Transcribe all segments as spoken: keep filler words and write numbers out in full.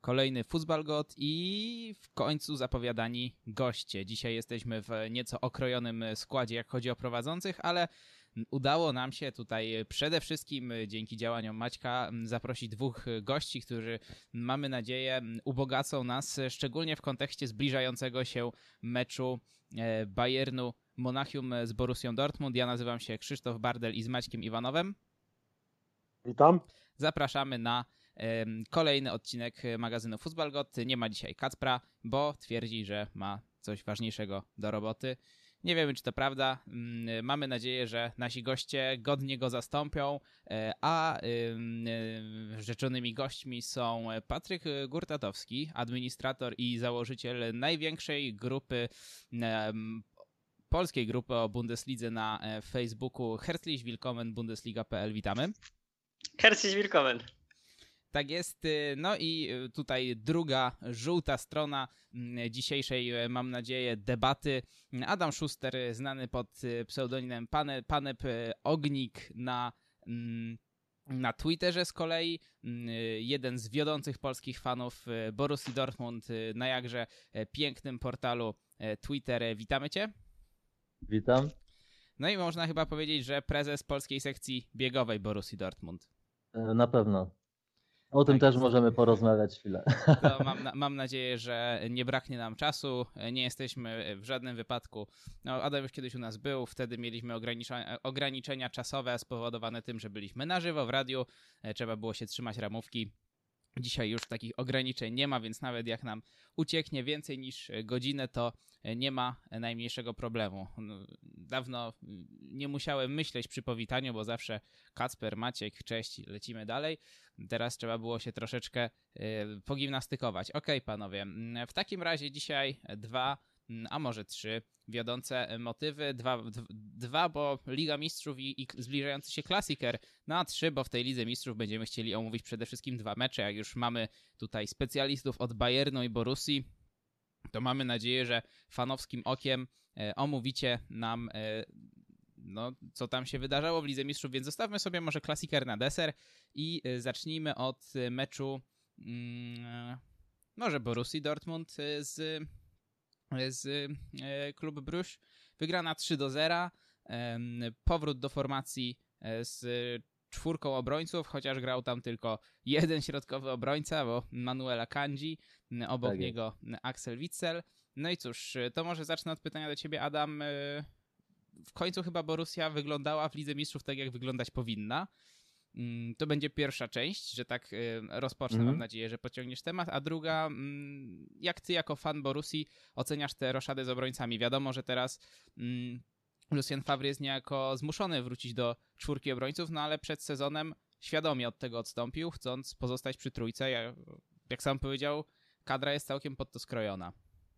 Kolejny Fußballgott i w końcu zapowiadani goście. Dzisiaj jesteśmy w nieco okrojonym składzie, jak chodzi o prowadzących, ale udało nam się tutaj przede wszystkim dzięki działaniom Maćka zaprosić dwóch gości, którzy, mamy nadzieję, ubogacą nas, szczególnie w kontekście zbliżającego się meczu Bayernu Monachium z Borussią Dortmund. Ja nazywam się Krzysztof Bardel i z Maćkiem Iwanowem. Witam. Zapraszamy na kolejny odcinek magazynu Fußballgott. Nie ma dzisiaj Kacpra, bo twierdzi, że ma coś ważniejszego do roboty. Nie wiemy, czy to prawda. Mamy nadzieję, że nasi goście godnie go zastąpią, a rzeczonymi gośćmi są Patryk Gurtatowski, administrator i założyciel największej grupy, polskiej grupy o Bundeslidze na Facebooku Herzlich Willkommen Bundesliga kropka p l. Witamy. Herzlich Willkommen. Tak jest. No i tutaj druga żółta strona dzisiejszej, mam nadzieję, debaty. Adam Schuster, znany pod pseudonimem Pane, Panep Ognik na, na Twitterze z kolei. Jeden z wiodących polskich fanów Borussii Dortmund na jakże pięknym portalu Twitter. Witamy Cię. Witam. No i można chyba powiedzieć, że prezes polskiej sekcji biegowej Borussii Dortmund. Na pewno. O tym tak też jest. Możemy porozmawiać chwilę. To mam, na, mam nadzieję, że nie braknie nam czasu. Nie jesteśmy w żadnym wypadku. No, Adam już kiedyś u nas był, wtedy mieliśmy ograniczenia, ograniczenia czasowe spowodowane tym, że byliśmy na żywo w radiu. Trzeba było się trzymać ramówki. Dzisiaj już takich ograniczeń nie ma, więc nawet jak nam ucieknie więcej niż godzinę, to nie ma najmniejszego problemu. Dawno nie musiałem myśleć przy powitaniu, bo zawsze Kacper, Maciek, cześć, lecimy dalej. Teraz trzeba było się troszeczkę pogimnastykować. Okej, panowie, w takim razie dzisiaj dwa, a może trzy wiodące motywy. Dwa, dwa bo Liga Mistrzów i, i zbliżający się klasiker. No a trzy, bo w tej Lidze Mistrzów będziemy chcieli omówić przede wszystkim dwa mecze. Jak już mamy tutaj specjalistów od Bayernu i Borussii, to mamy nadzieję, że fanowskim okiem e, omówicie nam e, no, co tam się wydarzało w Lidze Mistrzów, więc zostawmy sobie może klasiker na deser i e, zacznijmy od meczu mm, może Borussii Dortmund z z Klub Bruges. Wygrana trzy do zera. Powrót do formacji z czwórką obrońców, chociaż grał tam tylko jeden środkowy obrońca, bo Manuel Akanji, obok tak niego Axel Witsel. No i cóż, to może zacznę od pytania do ciebie, Adam. W końcu chyba Borussia wyglądała w Lidze Mistrzów tak, jak wyglądać powinna. To będzie pierwsza część, że tak rozpocznę, mm. mam nadzieję, że pociągniesz temat, a druga, jak ty jako fan Borussii oceniasz te roszady z obrońcami? Wiadomo, że teraz Lucien Favre jest niejako zmuszony wrócić do czwórki obrońców, no ale przed sezonem świadomie od tego odstąpił, chcąc pozostać przy trójce. Jak sam powiedział, kadra jest całkiem pod to skrojona.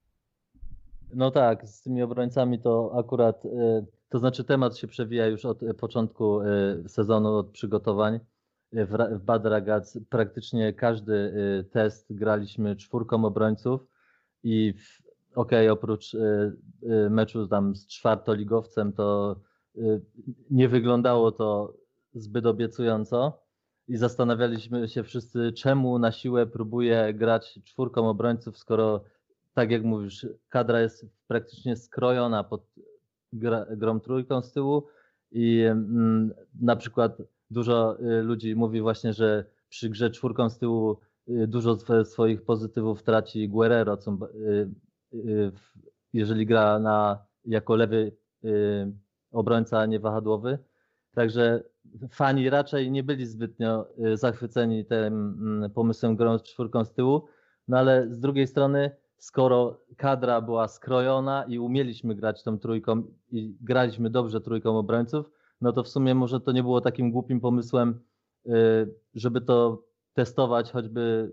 No tak, z tymi obrońcami to akurat, to znaczy temat się przewija już od początku sezonu, od przygotowań. W Bad Ragaz praktycznie każdy test graliśmy czwórką obrońców i okej, okay, oprócz meczu tam z czwartoligowcem to nie wyglądało to zbyt obiecująco i zastanawialiśmy się wszyscy, czemu na siłę próbuje grać czwórką obrońców, skoro tak jak mówisz, kadra jest praktycznie skrojona pod gra, grą trójką z tyłu i mm, na przykład dużo y, ludzi mówi właśnie, że przy grze czwórką z tyłu y, dużo sw- swoich pozytywów traci Guerrero, co, y, y, jeżeli gra na, jako lewy y, obrońca, a nie wahadłowy. Także fani raczej nie byli zbytnio y, zachwyceni tym y, pomysłem grą z czwórką z tyłu, no ale z drugiej strony skoro kadra była skrojona i umieliśmy grać tą trójką i graliśmy dobrze trójką obrońców, no to w sumie może to nie było takim głupim pomysłem, żeby to testować, choćby,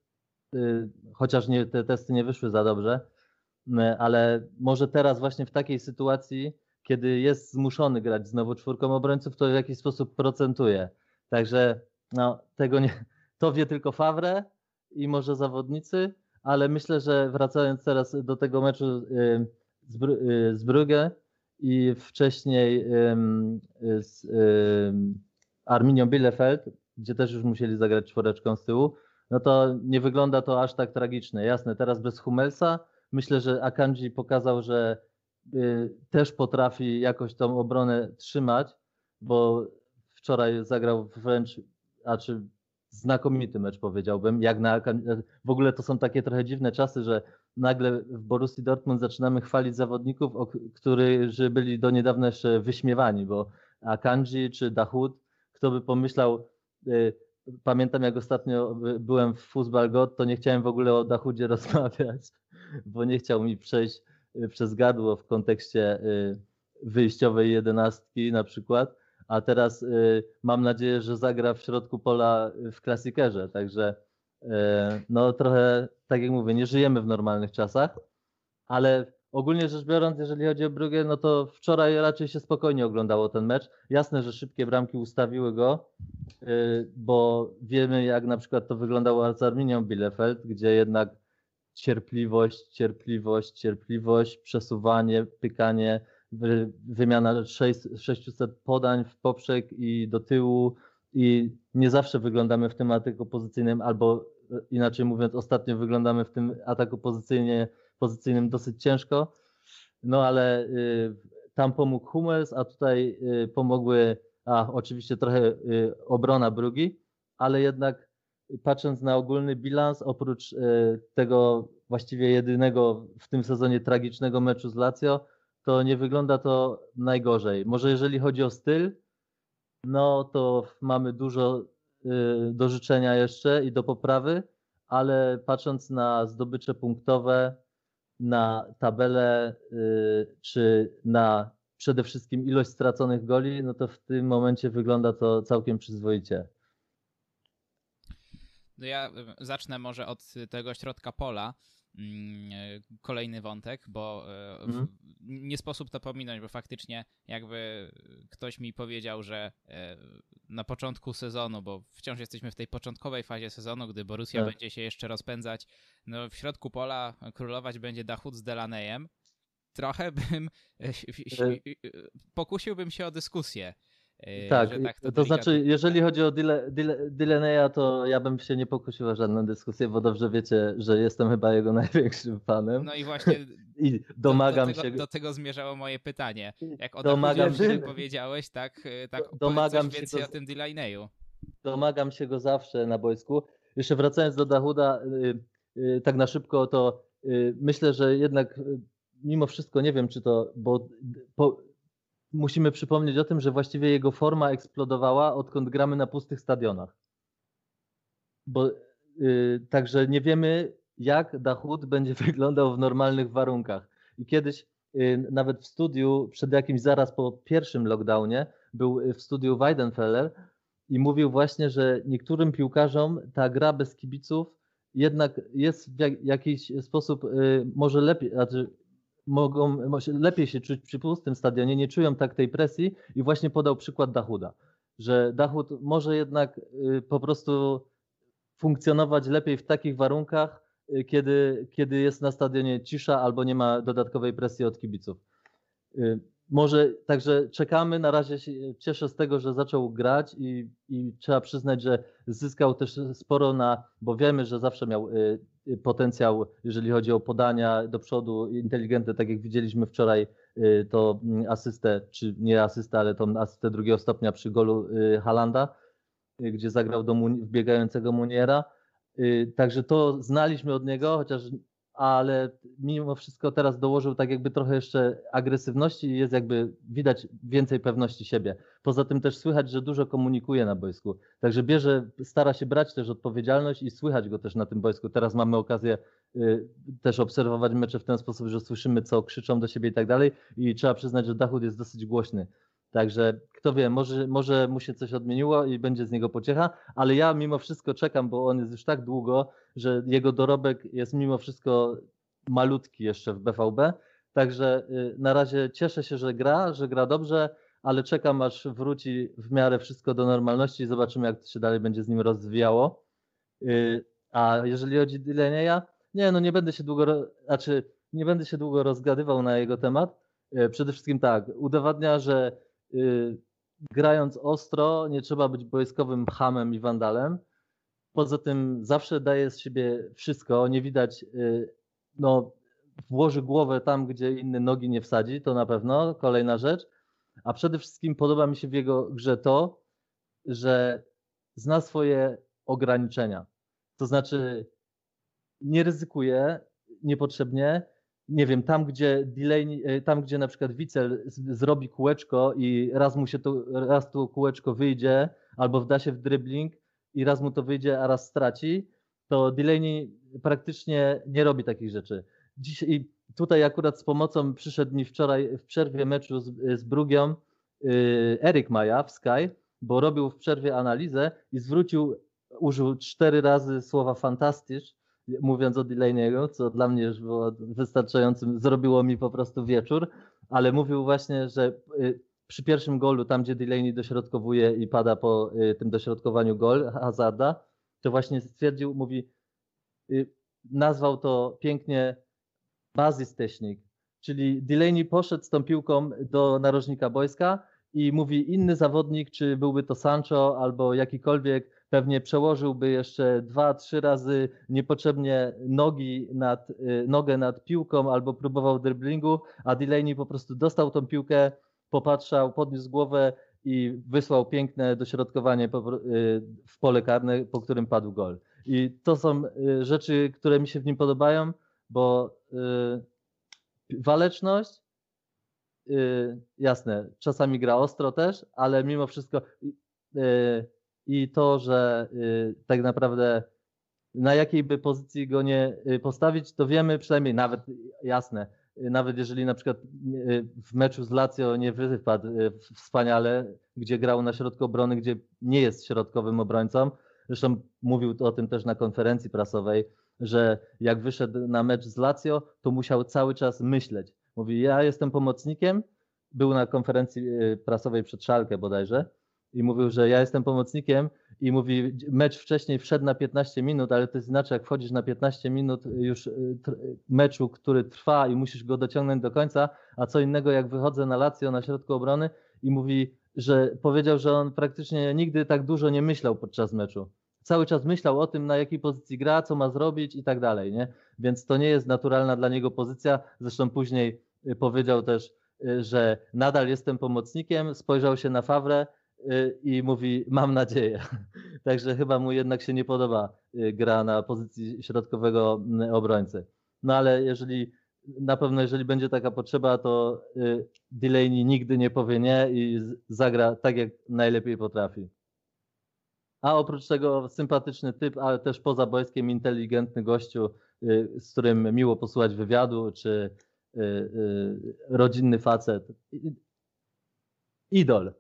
chociaż nie, te testy nie wyszły za dobrze, ale może teraz właśnie w takiej sytuacji, kiedy jest zmuszony grać znowu czwórką obrońców, to w jakiś sposób procentuje. Także no, tego nie, to wie tylko Favre i może zawodnicy, ale myślę, że wracając teraz do tego meczu z, Br- z Brugge i wcześniej z Arminią Bielefeld, gdzie też już musieli zagrać czworeczką z tyłu, no to nie wygląda to aż tak tragicznie. Jasne, teraz bez Hummelsa myślę, że Akanji pokazał, że y, też potrafi jakoś tą obronę trzymać, bo wczoraj zagrał wręcz, a czy znakomity mecz, powiedziałbym, jak na w ogóle to są takie trochę dziwne czasy, że nagle w Borussii Dortmund zaczynamy chwalić zawodników, którzy byli do niedawna jeszcze wyśmiewani, bo Akanji czy Dahoud, kto by pomyślał, pamiętam jak ostatnio byłem w Fußball God, to nie chciałem w ogóle o Dahoudzie rozmawiać, bo nie chciał mi przejść przez gardło w kontekście wyjściowej jedenastki na przykład, a teraz mam nadzieję, że zagra w środku pola w Klasikerze, także no trochę, tak jak mówię, nie żyjemy w normalnych czasach, ale ogólnie rzecz biorąc, jeżeli chodzi o Brugge, no to wczoraj raczej się spokojnie oglądało ten mecz. Jasne, że szybkie bramki ustawiły go, bo wiemy jak na przykład to wyglądało z Arminią Bielefeld, gdzie jednak cierpliwość, cierpliwość, cierpliwość, przesuwanie, pykanie, wymiana sześciuset podań w poprzek i do tyłu i nie zawsze wyglądamy w tym ataku pozycyjnym, albo inaczej mówiąc, ostatnio wyglądamy w tym ataku pozycyjnie, pozycyjnym dosyć ciężko, no ale y, tam pomógł Hummels, a tutaj y, pomogły, a oczywiście trochę y, obrona Brugge, ale jednak patrząc na ogólny bilans, oprócz y, tego właściwie jedynego w tym sezonie tragicznego meczu z Lazio, to nie wygląda to najgorzej. Może jeżeli chodzi o styl, no to mamy dużo y, do życzenia jeszcze i do poprawy, ale patrząc na zdobycze punktowe, na tabelę y, czy na przede wszystkim ilość straconych goli, no to w tym momencie wygląda to całkiem przyzwoicie. No ja zacznę może od tego środka pola. Kolejny wątek, bo mm. nie sposób to pominąć, bo faktycznie jakby ktoś mi powiedział, że na początku sezonu, bo wciąż jesteśmy w tej początkowej fazie sezonu, gdy Borussia tak. będzie się jeszcze rozpędzać, no w środku pola królować będzie Dahoud z Delaneyem, trochę bym pokusiłbym się o dyskusję. Tak, tak to, to znaczy jeżeli chodzi o Delaney'a, to ja bym się nie pokusił o żadną dyskusję, bo dobrze wiecie, że jestem chyba jego największym fanem. No i właśnie i domagam do, do, tego, się... do tego zmierzało moje pytanie. Jak o domagam Dachudzie powiedziałeś, tak, tak domagam powiedz coś więcej go, o tym Delaney'u. Domagam się go zawsze na boisku. Jeszcze wracając do Dahouda, yy, yy, tak na szybko, to yy, myślę, że jednak yy, mimo wszystko, nie wiem czy to, bo po, musimy przypomnieć o tym, że właściwie jego forma eksplodowała, odkąd gramy na pustych stadionach. Bo yy, także nie wiemy, jak Dahoud będzie wyglądał w normalnych warunkach. I kiedyś yy, nawet w studiu, przed jakimś zaraz po pierwszym lockdownie, był w studiu Weidenfeller i mówił właśnie, że niektórym piłkarzom ta gra bez kibiców jednak jest w jak, jakiś sposób yy, może lepiej, znaczy mogą lepiej się czuć przy pustym stadionie, nie czują tak tej presji i właśnie podał przykład Dahouda, że Dahoud może jednak po prostu funkcjonować lepiej w takich warunkach, kiedy, kiedy jest na stadionie cisza albo nie ma dodatkowej presji od kibiców. Może także czekamy, na razie się cieszę z tego, że zaczął grać i, i trzeba przyznać, że zyskał też sporo na, bo wiemy, że zawsze miał potencjał, jeżeli chodzi o podania do przodu, inteligentne, tak jak widzieliśmy wczoraj, to asystę, czy nie asystę, ale tą asystę drugiego stopnia przy golu Haalanda, gdzie zagrał do wbiegającego Muniera. Także to znaliśmy od niego, chociaż ale mimo wszystko teraz dołożył tak jakby trochę jeszcze agresywności i jest jakby widać więcej pewności siebie. Poza tym też słychać, że dużo komunikuje na boisku. Także bierze, stara się brać też odpowiedzialność i słychać go też na tym boisku. Teraz mamy okazję y, też obserwować mecze w ten sposób, że słyszymy co krzyczą do siebie i tak dalej i trzeba przyznać, że Dahoud jest dosyć głośny. Także kto wie, może, może mu się coś odmieniło i będzie z niego pociecha, ale ja mimo wszystko czekam, bo on jest już tak długo, że jego dorobek jest mimo wszystko malutki jeszcze w B V B. Także na razie cieszę się, że gra, że gra dobrze, ale czekam aż wróci w miarę wszystko do normalności i zobaczymy jak to się dalej będzie z nim rozwijało. A jeżeli chodzi o Delaney'a, nie no nie będę się długo, znaczy nie będę się długo rozgadywał na jego temat. Przede wszystkim tak, udowadnia, że Yy, grając ostro, nie trzeba być boiskowym chamem i wandalem. Poza tym zawsze daje z siebie wszystko, nie widać, no włoży głowę tam, gdzie inny nogi nie wsadzi, to na pewno, kolejna rzecz. A przede wszystkim podoba mi się w jego grze to, że zna swoje ograniczenia. To znaczy nie ryzykuje niepotrzebnie. Nie wiem, tam gdzie Delaney, tam gdzie na przykład Witsel zrobi kółeczko i raz mu się to, raz to kółeczko wyjdzie, albo wda się w dribbling i raz mu to wyjdzie, a raz straci, to Delaney praktycznie nie robi takich rzeczy. Dziś, i tutaj akurat z pomocą przyszedł mi wczoraj w przerwie meczu z, z Brugią yy, Erik Maja w Sky, bo robił w przerwie analizę i zwrócił, użył cztery razy słowa fantastycz, mówiąc o Delaney'ego, co dla mnie już było wystarczającym, zrobiło mi po prostu wieczór, ale mówił właśnie, że przy pierwszym golu, tam gdzie Delaney dośrodkowuje i pada po tym dośrodkowaniu gol Hazarda, to właśnie stwierdził, mówi, nazwał to pięknie Basistechnik, czyli Delaney poszedł z tą piłką do narożnika boiska i mówi, inny zawodnik, czy byłby to Sancho albo jakikolwiek, pewnie przełożyłby jeszcze dwa, trzy razy niepotrzebnie nogi nad, nogę nad piłką albo próbował driblingu, a Delaney po prostu dostał tą piłkę, popatrzał, podniósł głowę i wysłał piękne dośrodkowanie w pole karne, po którym padł gol. I to są rzeczy, które mi się w nim podobają, bo waleczność, jasne, czasami gra ostro też, ale mimo wszystko i to, że tak naprawdę na jakiej by pozycji go nie postawić, to wiemy przynajmniej nawet, jasne, nawet jeżeli na przykład w meczu z Lazio nie wypadł wspaniale, gdzie grał na środku obrony, gdzie nie jest środkowym obrońcą, zresztą mówił o tym też na konferencji prasowej, że jak wyszedł na mecz z Lazio, to musiał cały czas myśleć. Mówi, ja jestem pomocnikiem, był na konferencji prasowej przed Schalke bodajże, i mówił, że ja jestem pomocnikiem i mówi, mecz wcześniej wszedł na piętnaście minut, ale to jest inaczej, jak wchodzisz na piętnaście minut już meczu, który trwa i musisz go dociągnąć do końca, a co innego jak wychodzę na Lazio na środku obrony i mówi, że powiedział, że on praktycznie nigdy tak dużo nie myślał podczas meczu. Cały czas myślał o tym, na jakiej pozycji gra, co ma zrobić i tak dalej, nie? Więc to nie jest naturalna dla niego pozycja. Zresztą później powiedział też, że nadal jestem pomocnikiem, spojrzał się na Favre i mówi, mam nadzieję. Także chyba mu jednak się nie podoba gra na pozycji środkowego obrońcy. No ale jeżeli, na pewno jeżeli będzie taka potrzeba, to Delaney nigdy nie powie nie i zagra tak, jak najlepiej potrafi. A oprócz tego sympatyczny typ, ale też poza boiskiem inteligentny gościu, z którym miło posłuchać wywiadu, czy rodzinny facet. Idol.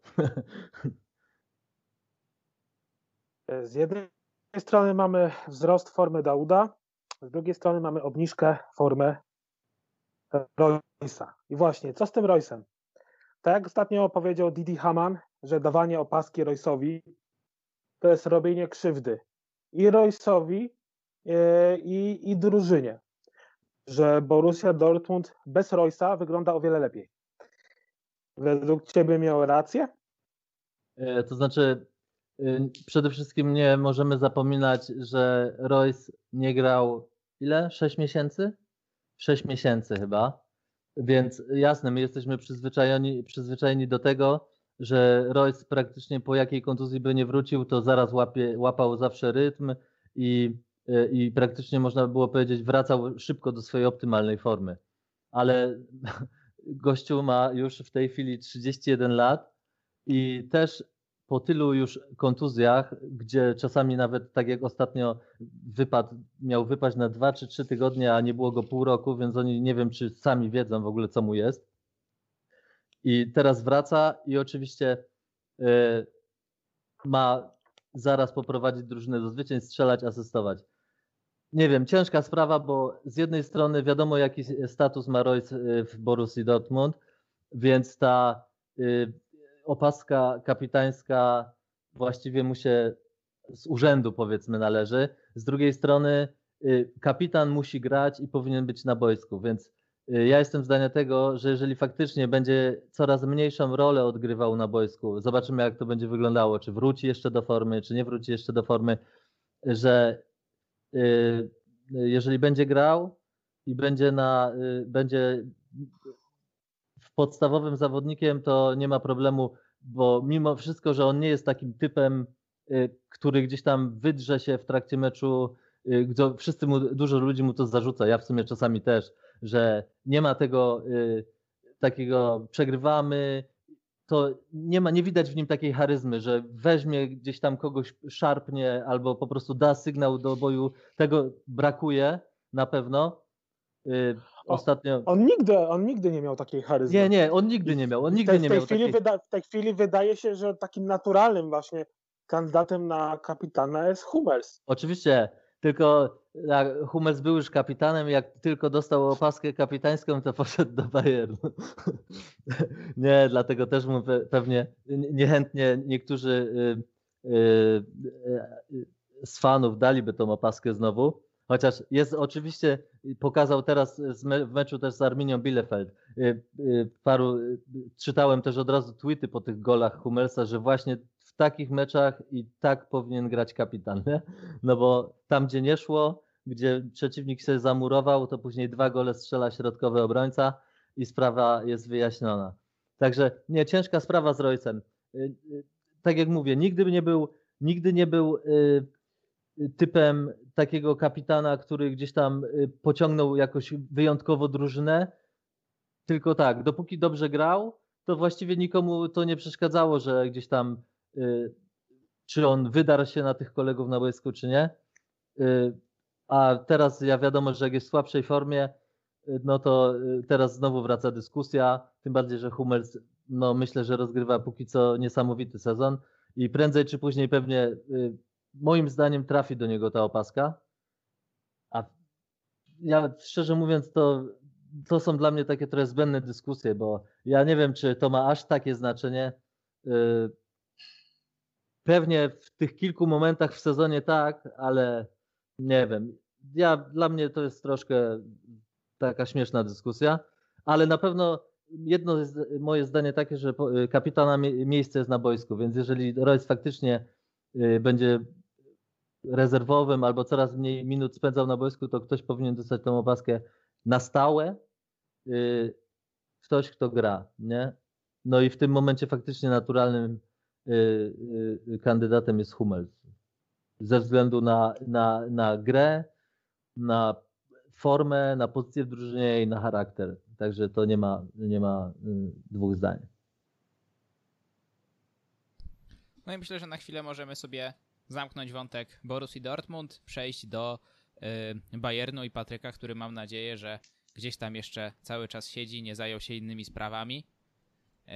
Z jednej strony mamy wzrost formy Dauda, z drugiej strony mamy obniżkę formy Royce'a. I właśnie, co z tym Royce'em? Tak jak ostatnio powiedział Didi Hamann, że dawanie opaski Royce'owi to jest robienie krzywdy i Royce'owi i, i drużynie, że Borussia Dortmund bez Royce'a wygląda o wiele lepiej. Według Ciebie miał rację? To znaczy, przede wszystkim nie możemy zapominać, że Royce nie grał ile? sześć miesięcy? sześć miesięcy chyba. Więc jasne, my jesteśmy przyzwyczajeni, przyzwyczajeni do tego, że Royce praktycznie po jakiej kontuzji by nie wrócił, to zaraz łapie, łapał zawsze rytm i, i praktycznie można by było powiedzieć, wracał szybko do swojej optymalnej formy. Ale gościu ma już w tej chwili trzydzieści jeden lat i też po tylu już kontuzjach, gdzie czasami nawet tak jak ostatnio wypadł, miał wypaść na dwa czy trzy tygodnie, a nie było go pół roku, więc oni nie wiem, czy sami wiedzą w ogóle, co mu jest. I teraz wraca i oczywiście y, ma zaraz poprowadzić drużynę do zwycięstw, strzelać, asystować. Nie wiem, ciężka sprawa, bo z jednej strony wiadomo, jaki status ma Royce w Borussii Dortmund, więc ta y, opaska kapitańska właściwie mu się z urzędu, powiedzmy, należy. Z drugiej strony y, kapitan musi grać i powinien być na boisku, więc y, ja jestem zdania tego, że jeżeli faktycznie będzie coraz mniejszą rolę odgrywał na boisku, zobaczymy, jak to będzie wyglądało, czy wróci jeszcze do formy, czy nie wróci jeszcze do formy, że y, jeżeli będzie grał i będzie na y, będzie podstawowym zawodnikiem, to nie ma problemu, bo mimo wszystko, że on nie jest takim typem, y, który gdzieś tam wydrze się w trakcie meczu, y, gdzie wszyscy mu, dużo ludzi mu to zarzuca, ja w sumie czasami też, że nie ma tego y, takiego przegrywamy, to nie ma, nie widać w nim takiej charyzmy, że weźmie gdzieś tam kogoś, szarpnie albo po prostu da sygnał do boju. Tego brakuje na pewno. Y, Ostatnio... On nigdy, on nigdy nie miał takiej charyzmy. Nie, nie, on nigdy nie miał. On nigdy w tej, nie w tej miał chwili takiej... wyda, w tej chwili wydaje się, że takim naturalnym właśnie kandydatem na kapitana jest Hummels. Oczywiście, tylko jak Hummels był już kapitanem, jak tylko dostał opaskę kapitańską, to poszedł do Bayernu. Nie, dlatego też mu pewnie niechętnie niektórzy z fanów daliby tą opaskę znowu. Chociaż jest oczywiście, pokazał teraz w meczu też z Arminią Bielefeld. Paru, czytałem też od razu tweety po tych golach Hummelsa, że właśnie w takich meczach i tak powinien grać kapitan, nie? No bo tam, gdzie nie szło, gdzie przeciwnik się zamurował, to później dwa gole strzela środkowy obrońca i sprawa jest wyjaśniona. Także nie, ciężka sprawa z Reusem. Tak jak mówię, nigdy nie był, nigdy nie był typem takiego kapitana, który gdzieś tam pociągnął jakoś wyjątkowo drużynę. Tylko tak, dopóki dobrze grał, to właściwie nikomu to nie przeszkadzało, że gdzieś tam czy on wydarł się na tych kolegów na boisku, czy nie. A teraz ja wiadomo, że jak jest w słabszej formie, no to teraz znowu wraca dyskusja, tym bardziej, że Hummels, no myślę, że rozgrywa póki co niesamowity sezon i prędzej czy później pewnie moim zdaniem trafi do niego ta opaska. A ja szczerze mówiąc, to, to są dla mnie takie trochę zbędne dyskusje, bo ja nie wiem, czy to ma aż takie znaczenie. Pewnie w tych kilku momentach w sezonie tak, ale nie wiem. Ja, dla mnie to jest troszkę taka śmieszna dyskusja, ale na pewno jedno jest moje zdanie takie, że kapitana miejsce jest na boisku, więc jeżeli Reus faktycznie będzie rezerwowym albo coraz mniej minut spędzał na boisku, to ktoś powinien dostać tą opaskę na stałe. Ktoś, kto gra, nie? No i w tym momencie faktycznie naturalnym kandydatem jest Hummels. Ze względu na, na, na grę, na formę, na pozycję w drużynie i na charakter. Także to nie ma, nie ma dwóch zdań. No i myślę, że na chwilę możemy sobie zamknąć wątek Borussii Dortmund, przejść do y, Bayernu i Patryka, który mam nadzieję, że gdzieś tam jeszcze cały czas siedzi, nie zajął się innymi sprawami. Y,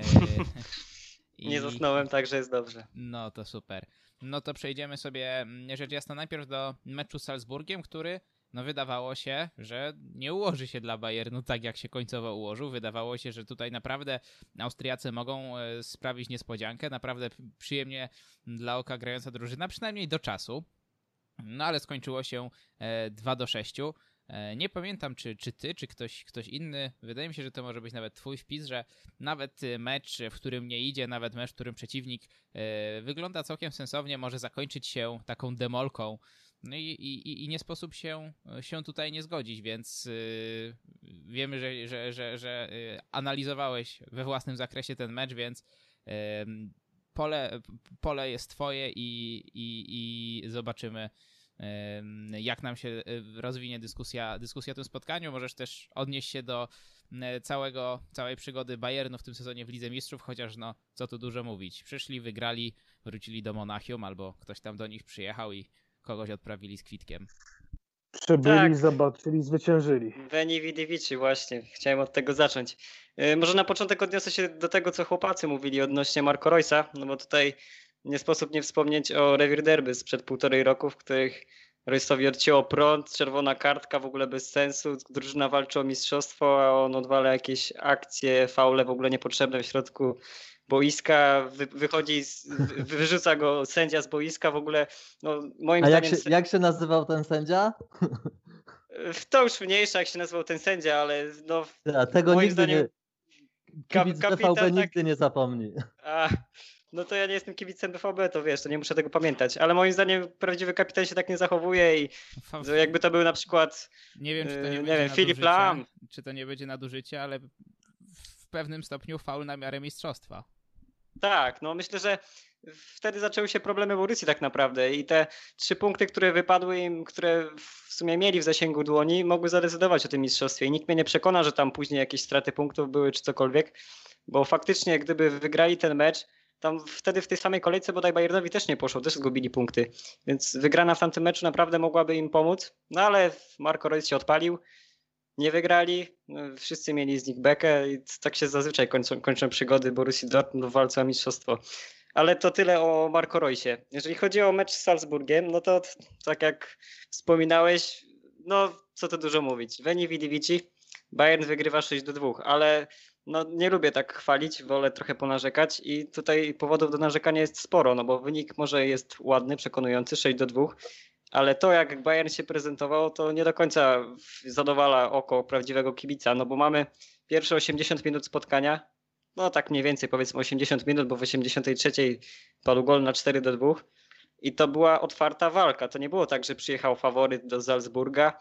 nie zasnąłem, także jest dobrze. No to super. No to przejdziemy sobie rzecz jasna najpierw do meczu z Salzburgiem, który no wydawało się, że nie ułoży się dla Bayernu tak, jak się końcowo ułożył. Wydawało się, że tutaj naprawdę Austriacy mogą sprawić niespodziankę. Naprawdę przyjemnie dla oka grająca drużyna, przynajmniej do czasu. No ale skończyło się dwa do sześciu. Nie pamiętam, czy, czy ty, czy ktoś, ktoś inny. Wydaje mi się, że to może być nawet twój wpis, że nawet mecz, w którym nie idzie, nawet mecz, w którym przeciwnik wygląda całkiem sensownie, może zakończyć się taką demolką. No i, i, i nie sposób się, się tutaj nie zgodzić, więc yy, wiemy, że, że, że, że yy, analizowałeś we własnym zakresie ten mecz, więc yy, pole, pole jest twoje i, i, i zobaczymy, yy, jak nam się rozwinie dyskusja, dyskusja o tym spotkaniu. Możesz też odnieść się do całego, całej przygody Bayernu w tym sezonie w Lidze Mistrzów, chociaż no, co tu dużo mówić. Przyszli, wygrali, wrócili do Monachium, albo ktoś tam do nich przyjechał i kogoś odprawili z kwitkiem. Przybyli, tak. Zobaczyli, zwyciężyli. Veni Vidi Vici, właśnie. Chciałem od tego zacząć. Yy, może na początek odniosę się do tego, co chłopacy mówili odnośnie Marco Reusa, no bo tutaj nie sposób nie wspomnieć o Rewir Derby sprzed półtorej roku, w których Reusowi odcięło prąd, czerwona kartka, w ogóle bez sensu. Drużyna walczy o mistrzostwo, a on odwala jakieś akcje, faule w ogóle niepotrzebne w środku boiska, wy, wychodzi, z, wy, wyrzuca go sędzia z boiska, w ogóle no, moim A zdaniem... jak się, jak się nazywał ten sędzia? To już mniejsza, jak się nazywał ten sędzia, ale no... Ja, tego moim nigdy zdaniem, nie... Kibic B V B nigdy nie zapomni. A, no to ja nie jestem kibicem B V B, to wiesz, to nie muszę tego pamiętać, ale moim zdaniem prawdziwy kapitan się tak nie zachowuje i że jakby to był na przykład nie wiem, czy to nie, nie będzie wiem, Filip nadużycie, Lam. czy to nie będzie nadużycie, ale w pewnym stopniu faul na miarę mistrzostwa. Tak, no myślę, że wtedy zaczęły się problemy Borussii tak naprawdę i te trzy punkty, które wypadły im, które w sumie mieli w zasięgu dłoni, mogły zadecydować o tym mistrzostwie i nikt mnie nie przekona, że tam później jakieś straty punktów były czy cokolwiek, bo faktycznie gdyby wygrali ten mecz, tam wtedy w tej samej kolejce bodaj Bayernowi też nie poszło, też zgubili punkty, więc wygrana w tamtym meczu naprawdę mogłaby im pomóc, no ale Marco Reus się odpalił, nie wygrali, wszyscy mieli z nich bekę i tak się zazwyczaj kończą, kończą przygody Borussii Dortmund w walce o mistrzostwo. Ale to tyle o Marco Reusie. Jeżeli chodzi o mecz z Salzburgiem, no to tak jak wspominałeś, no co tu dużo mówić. Veni vidi vici, Bayern wygrywa sześć do dwóch, ale no nie lubię tak chwalić, wolę trochę ponarzekać i tutaj powodów do narzekania jest sporo, no bo wynik może jest ładny, przekonujący, sześć do dwóch, ale to jak Bayern się prezentował, to nie do końca zadowala oko prawdziwego kibica, no bo mamy pierwsze osiemdziesiąt minut spotkania, no tak mniej więcej powiedzmy osiemdziesiąt minut, bo w osiemdziesiątej trzeciej padł gol na cztery do dwóch i to była otwarta walka. To nie było tak, że przyjechał faworyt do Salzburga,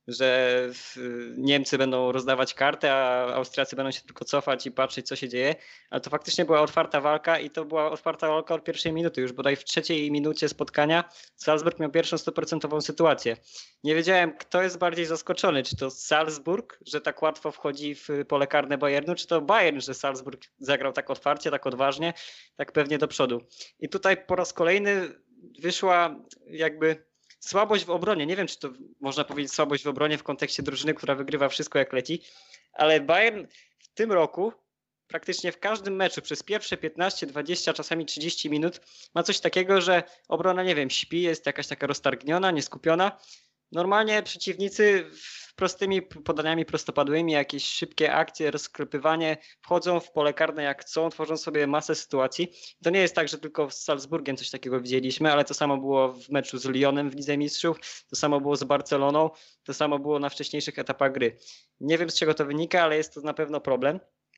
że Niemcy będą rozdawać kartę, a Austriacy będą się tylko cofać i patrzeć, co się dzieje, ale to faktycznie była otwarta walka i to była otwarta walka od pierwszej minuty. Już bodaj w trzeciej minucie spotkania Salzburg miał pierwszą stuprocentową sytuację. Nie wiedziałem, kto jest bardziej zaskoczony, czy to Salzburg, że tak łatwo wchodzi w pole karne Bayernu, czy to Bayern, że Salzburg zagrał tak otwarcie, tak odważnie, tak pewnie do przodu. I tutaj po raz kolejny wyszła jakby słabość w obronie. Nie wiem, czy to można powiedzieć słabość w obronie w kontekście drużyny, która wygrywa wszystko jak leci, ale Bayern w tym roku praktycznie w każdym meczu przez pierwsze piętnaście, dwadzieścia, czasami trzydzieści minut ma coś takiego, że obrona, nie wiem, śpi, jest jakaś taka roztargniona, nieskupiona. Normalnie przeciwnicy prostymi podaniami prostopadłymi, jakieś szybkie akcje, rozklepywanie, wchodzą w pole karne jak chcą, tworzą sobie masę sytuacji. To nie jest tak, że tylko z Salzburgiem coś takiego widzieliśmy, ale to samo było w meczu z Lyonem w Lidze Mistrzów, to samo było z Barceloną, to samo było na wcześniejszych etapach gry. Nie wiem, z czego to wynika, ale jest to na pewno problem.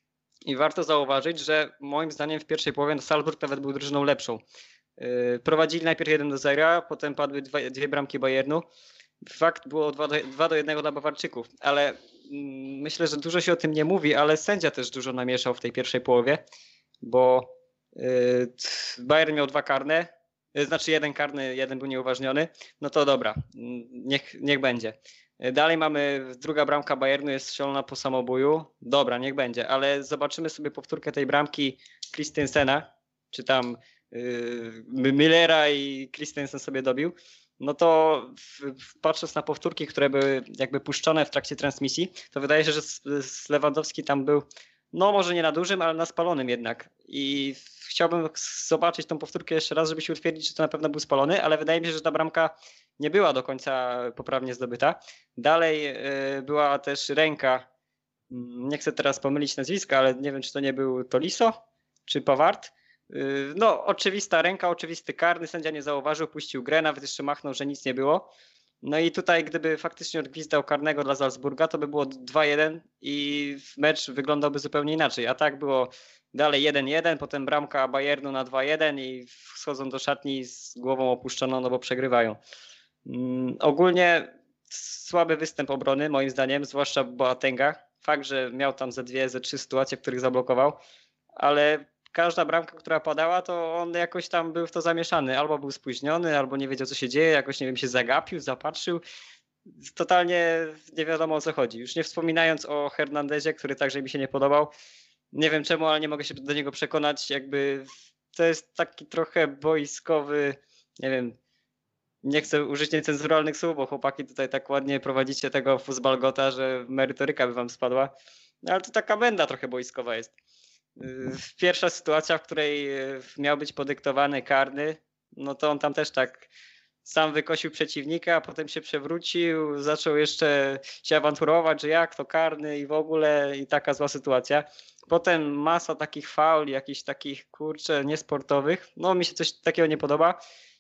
I warto zauważyć, że moim zdaniem w pierwszej połowie Salzburg nawet był drużyną lepszą. Yy, prowadzili najpierw jeden do zera, potem padły dwie, dwie bramki Bayernu. Fakt było dwa do jednego dla Bawarczyków, ale mm, myślę, że dużo się o tym nie mówi, ale sędzia też dużo namieszał w tej pierwszej połowie, bo yy, Bayern miał dwa karne, yy, znaczy jeden karny, jeden był nieuważniony, no to dobra, niech, niech będzie. Dalej mamy, druga bramka Bayernu jest strzelona po samobuju, dobra, niech będzie, ale zobaczymy sobie powtórkę tej bramki Christensena, czy tam yy, Müllera i Christensen sobie dobił. No to w, patrząc na powtórki, które były jakby puszczone w trakcie transmisji, to wydaje się, że Lewandowski tam był, no może nie na dużym, ale na spalonym jednak. I chciałbym zobaczyć tą powtórkę jeszcze raz, żeby się utwierdzić, czy to na pewno był spalony, ale wydaje mi się, że ta bramka nie była do końca poprawnie zdobyta. Dalej y, była też ręka, nie chcę teraz pomylić nazwiska, ale nie wiem, czy to nie był Tolisso, czy Pavard. No, oczywista ręka, oczywisty karny, sędzia nie zauważył, puścił grę, nawet jeszcze machnął, że nic nie było. No i tutaj gdyby faktycznie odgwizdał karnego dla Salzburga, to by było dwa jeden i mecz wyglądałby zupełnie inaczej. A tak było dalej jeden jeden, potem bramka Bayernu na dwa jeden i schodzą do szatni z głową opuszczoną, no bo przegrywają. Um, ogólnie słaby występ obrony moim zdaniem, zwłaszcza Boatenga. Fakt, że miał tam ze dwie, ze trzy sytuacje, w których zablokował, ale każda bramka, która padała, to on jakoś tam był w to zamieszany. Albo był spóźniony, albo nie wiedział, co się dzieje, jakoś, nie wiem, się zagapił, zapatrzył. Totalnie nie wiadomo, o co chodzi. Już nie wspominając o Hernandezie, który także mi się nie podobał. Nie wiem czemu, ale nie mogę się do niego przekonać. Jakby to jest taki trochę boiskowy, nie wiem, nie chcę użyć niecenzuralnych słów, bo chłopaki tutaj tak ładnie prowadzicie tego fuzbalgota, że merytoryka by wam spadła. No ale to taka benda trochę boiskowa jest. Pierwsza sytuacja, w której miał być podyktowany karny, no to on tam też tak sam wykosił przeciwnika, a potem się przewrócił, zaczął jeszcze się awanturować, że jak to karny i w ogóle i taka zła sytuacja. Potem masa takich fauli, jakichś takich kurczę niesportowych, no mi się coś takiego nie podoba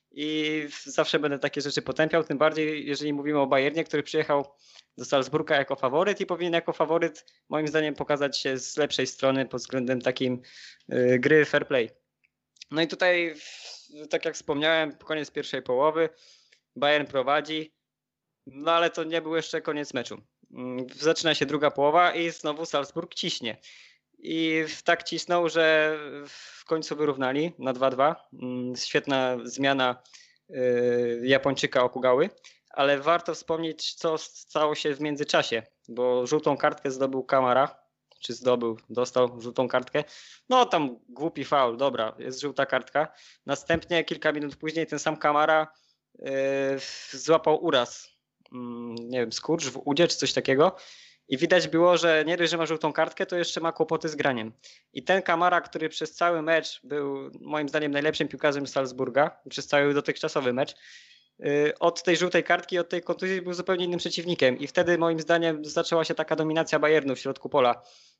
i zawsze będę takie rzeczy potępiał, tym bardziej jeżeli mówimy o Bayernie, który przyjechał do Salzburga jako faworyt i powinien jako faworyt moim zdaniem pokazać się z lepszej strony pod względem takim yy, gry fair play. No i tutaj, tak jak wspomniałem, koniec pierwszej połowy, Bayern prowadzi, no ale to nie był jeszcze koniec meczu. Zaczyna się druga połowa i znowu Salzburg ciśnie. I tak cisnął, że w końcu wyrównali na dwa dwa. Świetna zmiana Japończyka Okugały, ale warto wspomnieć, co stało się w międzyczasie, bo żółtą kartkę zdobył Kamara, czy zdobył, dostał żółtą kartkę. No tam głupi faul, dobra, jest żółta kartka. Następnie kilka minut później ten sam Kamara yy, złapał uraz, yy, nie wiem, skurcz w udzie czy coś takiego. I widać było, że nie dość, że ma żółtą kartkę, to jeszcze ma kłopoty z graniem. I ten Kamara, który przez cały mecz był moim zdaniem najlepszym piłkarzem Salzburga, przez cały dotychczasowy mecz, od tej żółtej kartki, od tej kontuzji był zupełnie innym przeciwnikiem. I wtedy moim zdaniem zaczęła się taka dominacja Bayernu w środku pola.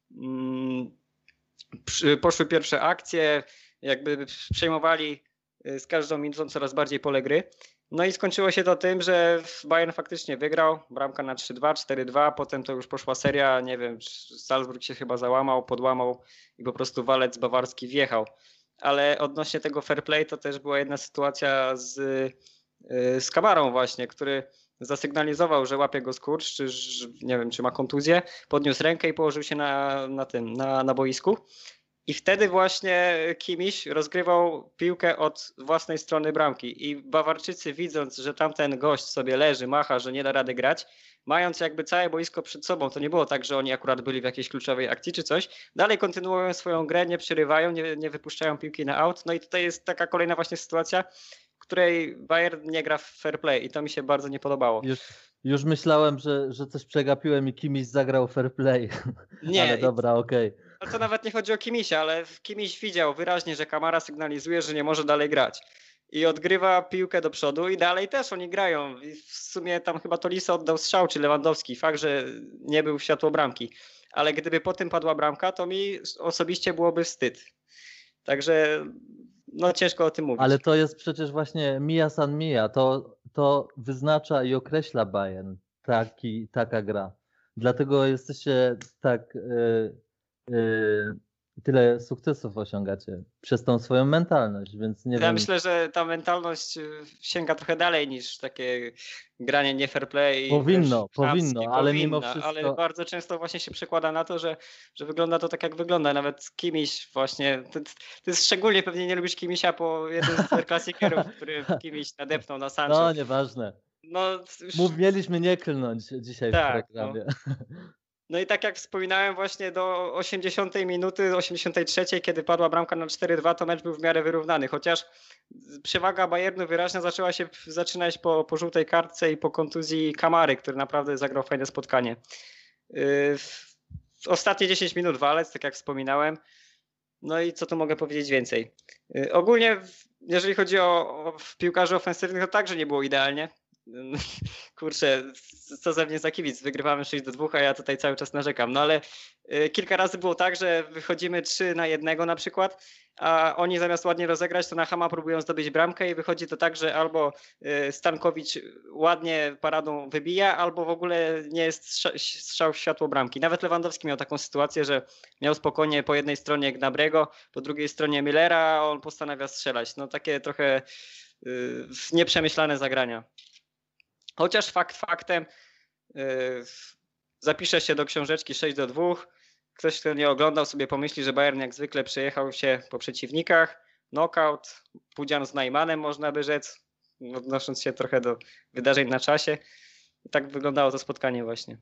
Poszły pierwsze akcje, jakby przejmowali z każdą minutą coraz bardziej pole gry. No i skończyło się to tym, że Bayern faktycznie wygrał, bramka na trzy dwa, cztery dwa, potem to już poszła seria, nie wiem, Salzburg się chyba załamał, podłamał i po prostu walec bawarski wjechał. Ale odnośnie tego fair play to też była jedna sytuacja z, z Kamarą właśnie, który zasygnalizował, że łapie go skurcz, czy nie wiem, czy ma kontuzję, podniósł rękę i położył się na, na tym, na, na boisku. I wtedy właśnie Kimmich rozgrywał piłkę od własnej strony bramki i Bawarczycy, widząc, że tamten gość sobie leży, macha, że nie da rady grać, mając jakby całe boisko przed sobą, to nie było tak, że oni akurat byli w jakiejś kluczowej akcji czy coś, dalej kontynuują swoją grę, nie przerywają, nie, nie wypuszczają piłki na out. No i tutaj jest taka kolejna właśnie sytuacja, w której Bayern nie gra w fair play i to mi się bardzo nie podobało. Już, już myślałem, że, że coś przegapiłem i Kimmich zagrał fair play. Nie, ale dobra, okej. Okay. Ale to nawet nie chodzi o Kimmicha, ale Kimmich widział wyraźnie, że Kamara sygnalizuje, że nie może dalej grać. I odgrywa piłkę do przodu i dalej też oni grają. I w sumie tam chyba Tolisso oddał strzał, czy Lewandowski. Fakt, że nie był w światło bramki. Ale gdyby po tym padła bramka, to mi osobiście byłoby wstyd. Także no ciężko o tym mówić. Ale to jest przecież właśnie Mija San Mija. To, to wyznacza i określa Bayern. Taki, taka gra. Dlatego jesteście tak... Yy... Yy, tyle sukcesów osiągacie przez tą swoją mentalność, więc nie ja wiem. myślę, że ta mentalność sięga trochę dalej niż takie granie nie fair play. Powinno, powinno, ale powinno, mimo wszystko. Ale bardzo często właśnie się przekłada na to, że, że wygląda to tak jak wygląda. Nawet Kimmich właśnie, ty, ty szczególnie pewnie nie lubisz Kimmicha po jednym z klasykerów, który Kimmich nadepnął na Sancho. No nieważne. No, już... Mów, mieliśmy nie klnąć dzisiaj tak, w programie. No. No i tak jak wspominałem właśnie do osiemdziesiątej minuty, osiemdziesiątej trzeciej, kiedy padła bramka na cztery dwa, to mecz był w miarę wyrównany, chociaż przewaga Bayernu wyraźna zaczęła się zaczynać po, po żółtej kartce i po kontuzji Kamary, który naprawdę zagrał fajne spotkanie. W ostatnie dziesięć minut walec, tak jak wspominałem. No i co tu mogę powiedzieć więcej? Ogólnie jeżeli chodzi o, o piłkarzy ofensywnych, to także nie było idealnie. Kurczę, co ze mnie za kibic, wygrywamy sześć do dwóch, a ja tutaj cały czas narzekam. No ale y, kilka razy było tak, że wychodzimy trzy na jednego na przykład, a oni zamiast ładnie rozegrać, to na chama próbują zdobyć bramkę i wychodzi to tak, że albo y, Stankowicz ładnie paradą wybija, albo w ogóle nie jest strzał w światło bramki. Nawet Lewandowski miał taką sytuację, że miał spokojnie po jednej stronie Gnabrego, po drugiej stronie Millera, a on postanawia strzelać. No takie trochę y, nieprzemyślane zagrania. Chociaż fakt faktem, yy, zapisze się do książeczki sześć do dwóch. Ktoś, kto nie oglądał, sobie pomyśli, że Bayern jak zwykle przejechał się po przeciwnikach. Knockout, Pudzian z Najmanem, można by rzec, odnosząc się trochę do wydarzeń na czasie. I tak wyglądało to spotkanie właśnie.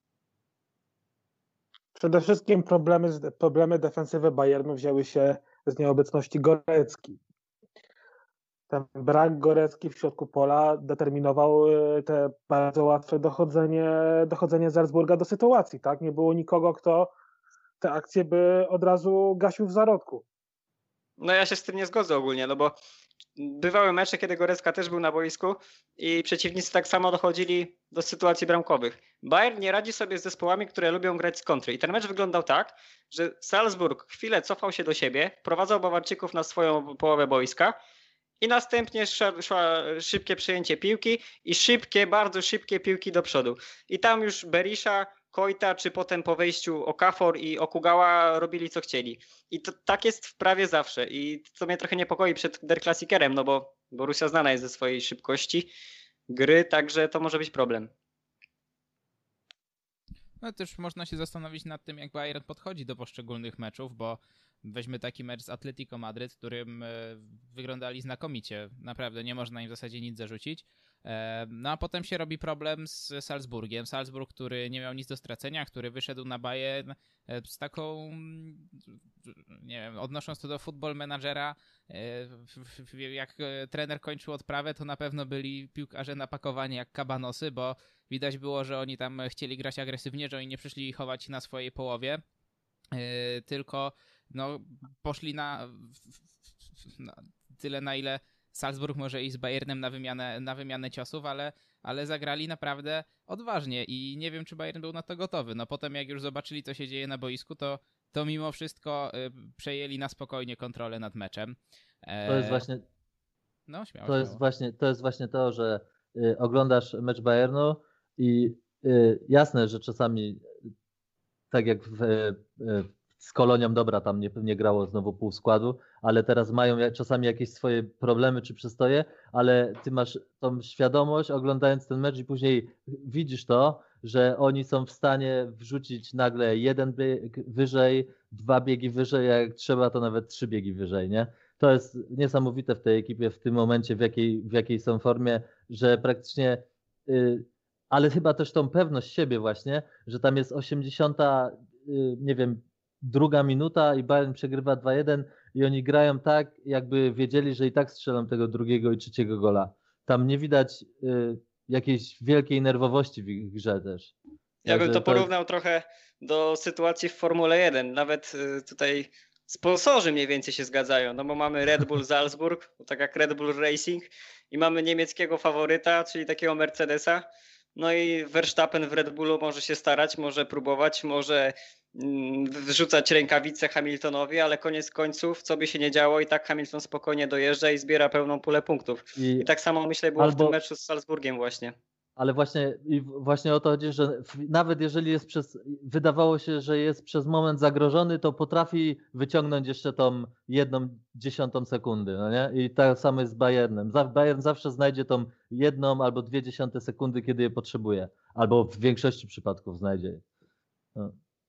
Przede wszystkim problemy, problemy defensywy Bayernu wzięły się z nieobecności Gorecki. Ten brak Gorecki w środku pola determinował te bardzo łatwe dochodzenie, dochodzenie Salzburga do sytuacji. Tak? Nie było nikogo, kto te akcje by od razu gasił w zarodku. No ja się z tym nie zgodzę ogólnie, no bo bywały mecze, kiedy Gorecka też był na boisku i przeciwnicy tak samo dochodzili do sytuacji bramkowych. Bayern nie radzi sobie z zespołami, które lubią grać z kontry. I ten mecz wyglądał tak, że Salzburg chwilę cofał się do siebie, prowadzał Bawarczyków na swoją połowę boiska i następnie szła, szła szybkie przejęcie piłki i szybkie, bardzo szybkie piłki do przodu. I tam już Berisha, Keita, czy potem po wejściu Okafor i Okugawa robili co chcieli. I to tak jest w prawie zawsze. I to mnie trochę niepokoi przed Der Klassikerem, no bo Borussia znana jest ze swojej szybkości gry, także to może być problem. No też można się zastanowić nad tym, jak Bayern podchodzi do poszczególnych meczów, bo weźmy taki mecz z Atletico Madryt, w którym wyglądali znakomicie. Naprawdę nie można im w zasadzie nic zarzucić. No a potem się robi problem z Salzburgiem. Salzburg, który nie miał nic do stracenia, który wyszedł na Bayern z taką, nie wiem, odnosząc to do football managera, jak trener kończył odprawę, to na pewno byli piłkarze napakowani jak kabanosy, bo widać było, że oni tam chcieli grać agresywnie, że oni nie przyszli chować się na swojej połowie, tylko no, poszli na, na tyle, na ile Salzburg może iść z Bayernem na wymianę, na wymianę ciosów, ale, ale zagrali naprawdę odważnie i nie wiem, czy Bayern był na to gotowy. No potem jak już zobaczyli, co się dzieje na boisku, to, to mimo wszystko y, przejęli na spokojnie kontrolę nad meczem. E... To jest właśnie no, śmiało, to śmiało. jest właśnie to jest właśnie to, że y, oglądasz mecz Bayernu i y, jasne, że czasami tak jak w, y, z Kolonią, dobra, tam nie, nie grało znowu pół składu, ale teraz mają czasami jakieś swoje problemy czy przystoje, ale ty masz tą świadomość oglądając ten mecz i później widzisz to, że oni są w stanie wrzucić nagle jeden bieg wyżej, dwa biegi wyżej, jak trzeba to nawet trzy biegi wyżej, nie? To jest niesamowite w tej ekipie w tym momencie, w jakiej, w jakiej są formie, że praktycznie, yy, ale chyba też tą pewność siebie właśnie, że tam jest osiemdziesiąta, yy, nie wiem, druga minuta i Bayern przegrywa dwa jeden i oni grają tak, jakby wiedzieli, że i tak strzelą tego drugiego i trzeciego gola. Tam nie widać y, jakiejś wielkiej nerwowości w ich grze też. Ja bym to jest... porównał trochę do sytuacji w Formule jeden. Nawet y, tutaj sponsorzy mniej więcej się zgadzają, no bo mamy Red Bull Salzburg, tak jak Red Bull Racing i mamy niemieckiego faworyta, czyli takiego Mercedesa. No i Verstappen w Red Bullu może się starać, może próbować, może wrzucać rękawice Hamiltonowi, ale koniec końców, co by się nie działo, i tak Hamilton spokojnie dojeżdża i zbiera pełną pulę punktów. I, I tak samo myślę było albo, w tym meczu z Salzburgiem właśnie. Ale właśnie i właśnie o to chodzi, że nawet jeżeli jest przez, wydawało się, że jest przez moment zagrożony, to potrafi wyciągnąć jeszcze tą jedną dziesiątą sekundy, no nie? I tak samo jest z Bayernem. Bayern zawsze znajdzie tą jedną albo dwie dziesiąte sekundy, kiedy je potrzebuje. Albo w większości przypadków znajdzie. No.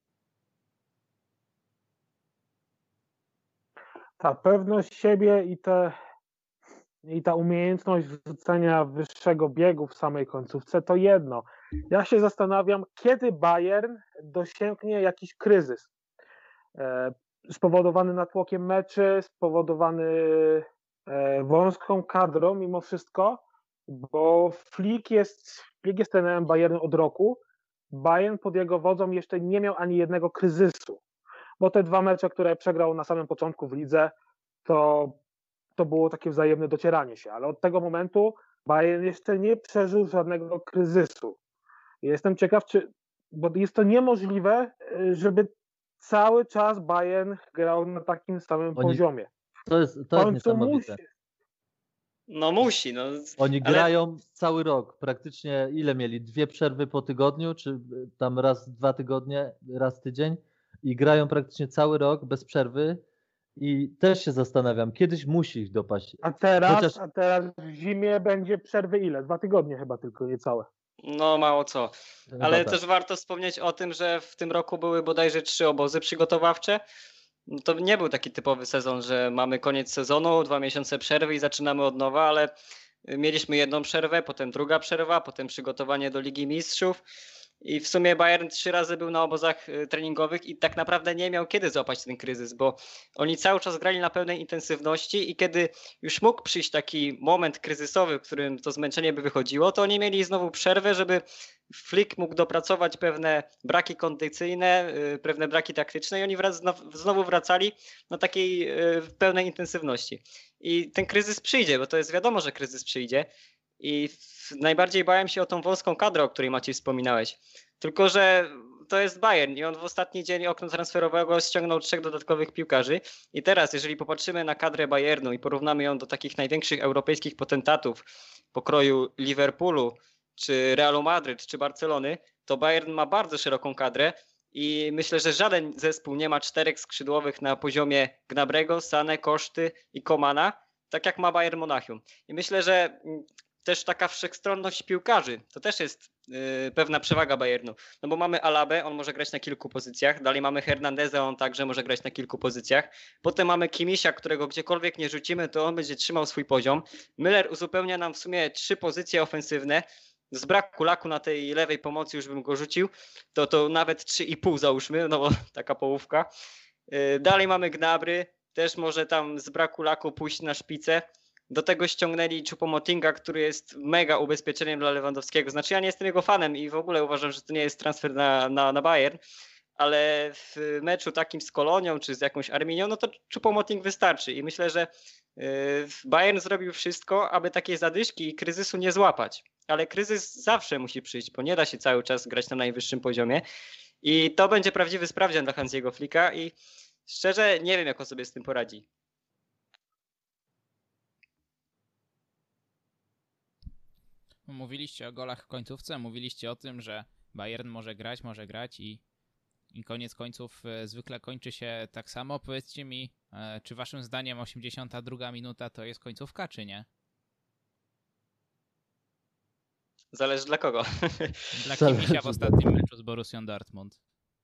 Ta pewność siebie i, te, i ta umiejętność wrzucenia wyższego biegu w samej końcówce to jedno. Ja się zastanawiam, kiedy Bayern dosięgnie jakiś kryzys e, spowodowany natłokiem meczy, spowodowany e, wąską kadrą mimo wszystko, bo Flick jest, Flick jest trenerem Bayernu od roku. Bayern pod jego wodzą jeszcze nie miał ani jednego kryzysu. Bo te dwa mecze, które przegrał na samym początku w lidze, to, to było takie wzajemne docieranie się, ale od tego momentu Bayern jeszcze nie przeżył żadnego kryzysu. Jestem ciekaw, czy, bo jest to niemożliwe, żeby cały czas Bayern grał na takim samym Oni, poziomie. To jest, to jest niesamowite. Musi. No musi. No. Oni ale... grają cały rok, praktycznie ile mieli? Dwie przerwy po tygodniu, czy tam raz dwa tygodnie, raz tydzień? I grają praktycznie cały rok bez przerwy i też się zastanawiam, kiedyś musi ich dopaść. A teraz, Chociaż... a teraz w zimie będzie przerwy ile? Dwa tygodnie chyba tylko, niecałe. No mało co. Ale no tak. Też warto wspomnieć o tym, że w tym roku były bodajże trzy obozy przygotowawcze. No to nie był taki typowy sezon, że mamy koniec sezonu, dwa miesiące przerwy i zaczynamy od nowa, ale mieliśmy jedną przerwę, potem druga przerwa, potem przygotowanie do Ligi Mistrzów. I w sumie Bayern trzy razy był na obozach treningowych i tak naprawdę nie miał kiedy złapać ten kryzys, bo oni cały czas grali na pełnej intensywności i kiedy już mógł przyjść taki moment kryzysowy, w którym to zmęczenie by wychodziło, to oni mieli znowu przerwę, żeby Flick mógł dopracować pewne braki kondycyjne, pewne braki taktyczne i oni znowu wracali na takiej pełnej intensywności. I ten kryzys przyjdzie, bo to jest wiadomo, że kryzys przyjdzie. I najbardziej bałem się o tą wąską kadrę, o której Maciej wspominałeś. Tylko że to jest Bayern i on w ostatni dzień okna transferowego ściągnął trzech dodatkowych piłkarzy i teraz jeżeli popatrzymy na kadrę Bayernu i porównamy ją do takich największych europejskich potentatów pokroju Liverpoolu, czy Realu Madryt, czy Barcelony, to Bayern ma bardzo szeroką kadrę i myślę, że żaden zespół nie ma czterech skrzydłowych na poziomie Gnabrego, Sané, Koszty i Komana, tak jak ma Bayern Monachium. I myślę, że też taka wszechstronność piłkarzy, to też jest yy, pewna przewaga Bayernu. No bo mamy Alabę, on może grać na kilku pozycjach, dalej mamy Hernandeza, on także może grać na kilku pozycjach. Potem mamy Kimisia, którego gdziekolwiek nie rzucimy, to on będzie trzymał swój poziom. Müller uzupełnia nam w sumie trzy pozycje ofensywne. Z braku laku na tej lewej pomocy już bym go rzucił, to, to nawet trzy i pół załóżmy, no bo taka połówka. Yy, dalej mamy Gnabry, też może tam z braku laku pójść na szpicę. Do tego ściągnęli Choupo-Motinga, który jest mega ubezpieczeniem dla Lewandowskiego. Znaczy ja nie jestem jego fanem i w ogóle uważam, że to nie jest transfer na, na, na Bayern, ale w meczu takim z Kolonią czy z jakąś Arminią, no to Choupo-Moting wystarczy i myślę, że Bayern zrobił wszystko, aby takiej zadyszki i kryzysu nie złapać. Ale kryzys zawsze musi przyjść, bo nie da się cały czas grać na najwyższym poziomie i to będzie prawdziwy sprawdzian dla Hansiego Flicka i szczerze nie wiem, jak on sobie z tym poradzi. Mówiliście o golach w końcówce, mówiliście o tym, że Bayern może grać, może grać i, i koniec końców e, zwykle kończy się tak samo. Powiedzcie mi, e, czy waszym zdaniem osiemdziesiąta druga minuta to jest końcówka, czy nie? Zależy dla kogo. Dla Kimisia w ostatnim meczu z Borussią Dortmund.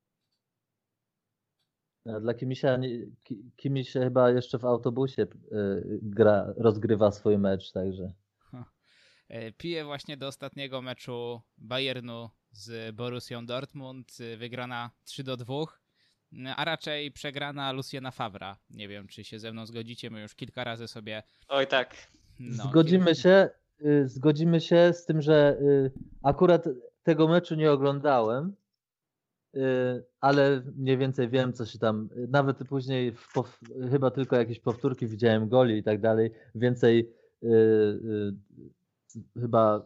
Dla Kimisia, Kimiś chyba jeszcze w autobusie gra, rozgrywa swój mecz, także... Piję właśnie do ostatniego meczu Bayernu z Borussią Dortmund, wygrana trzy do dwóch, a raczej przegrana Luciana Favra. Nie wiem, czy się ze mną zgodzicie, my już kilka razy sobie... Oj tak. No, zgodzimy kilka... się, zgodzimy się z tym, że akurat tego meczu nie oglądałem, ale mniej więcej wiem, co się tam, nawet później w, chyba tylko jakieś powtórki widziałem goli i tak dalej, więcej chyba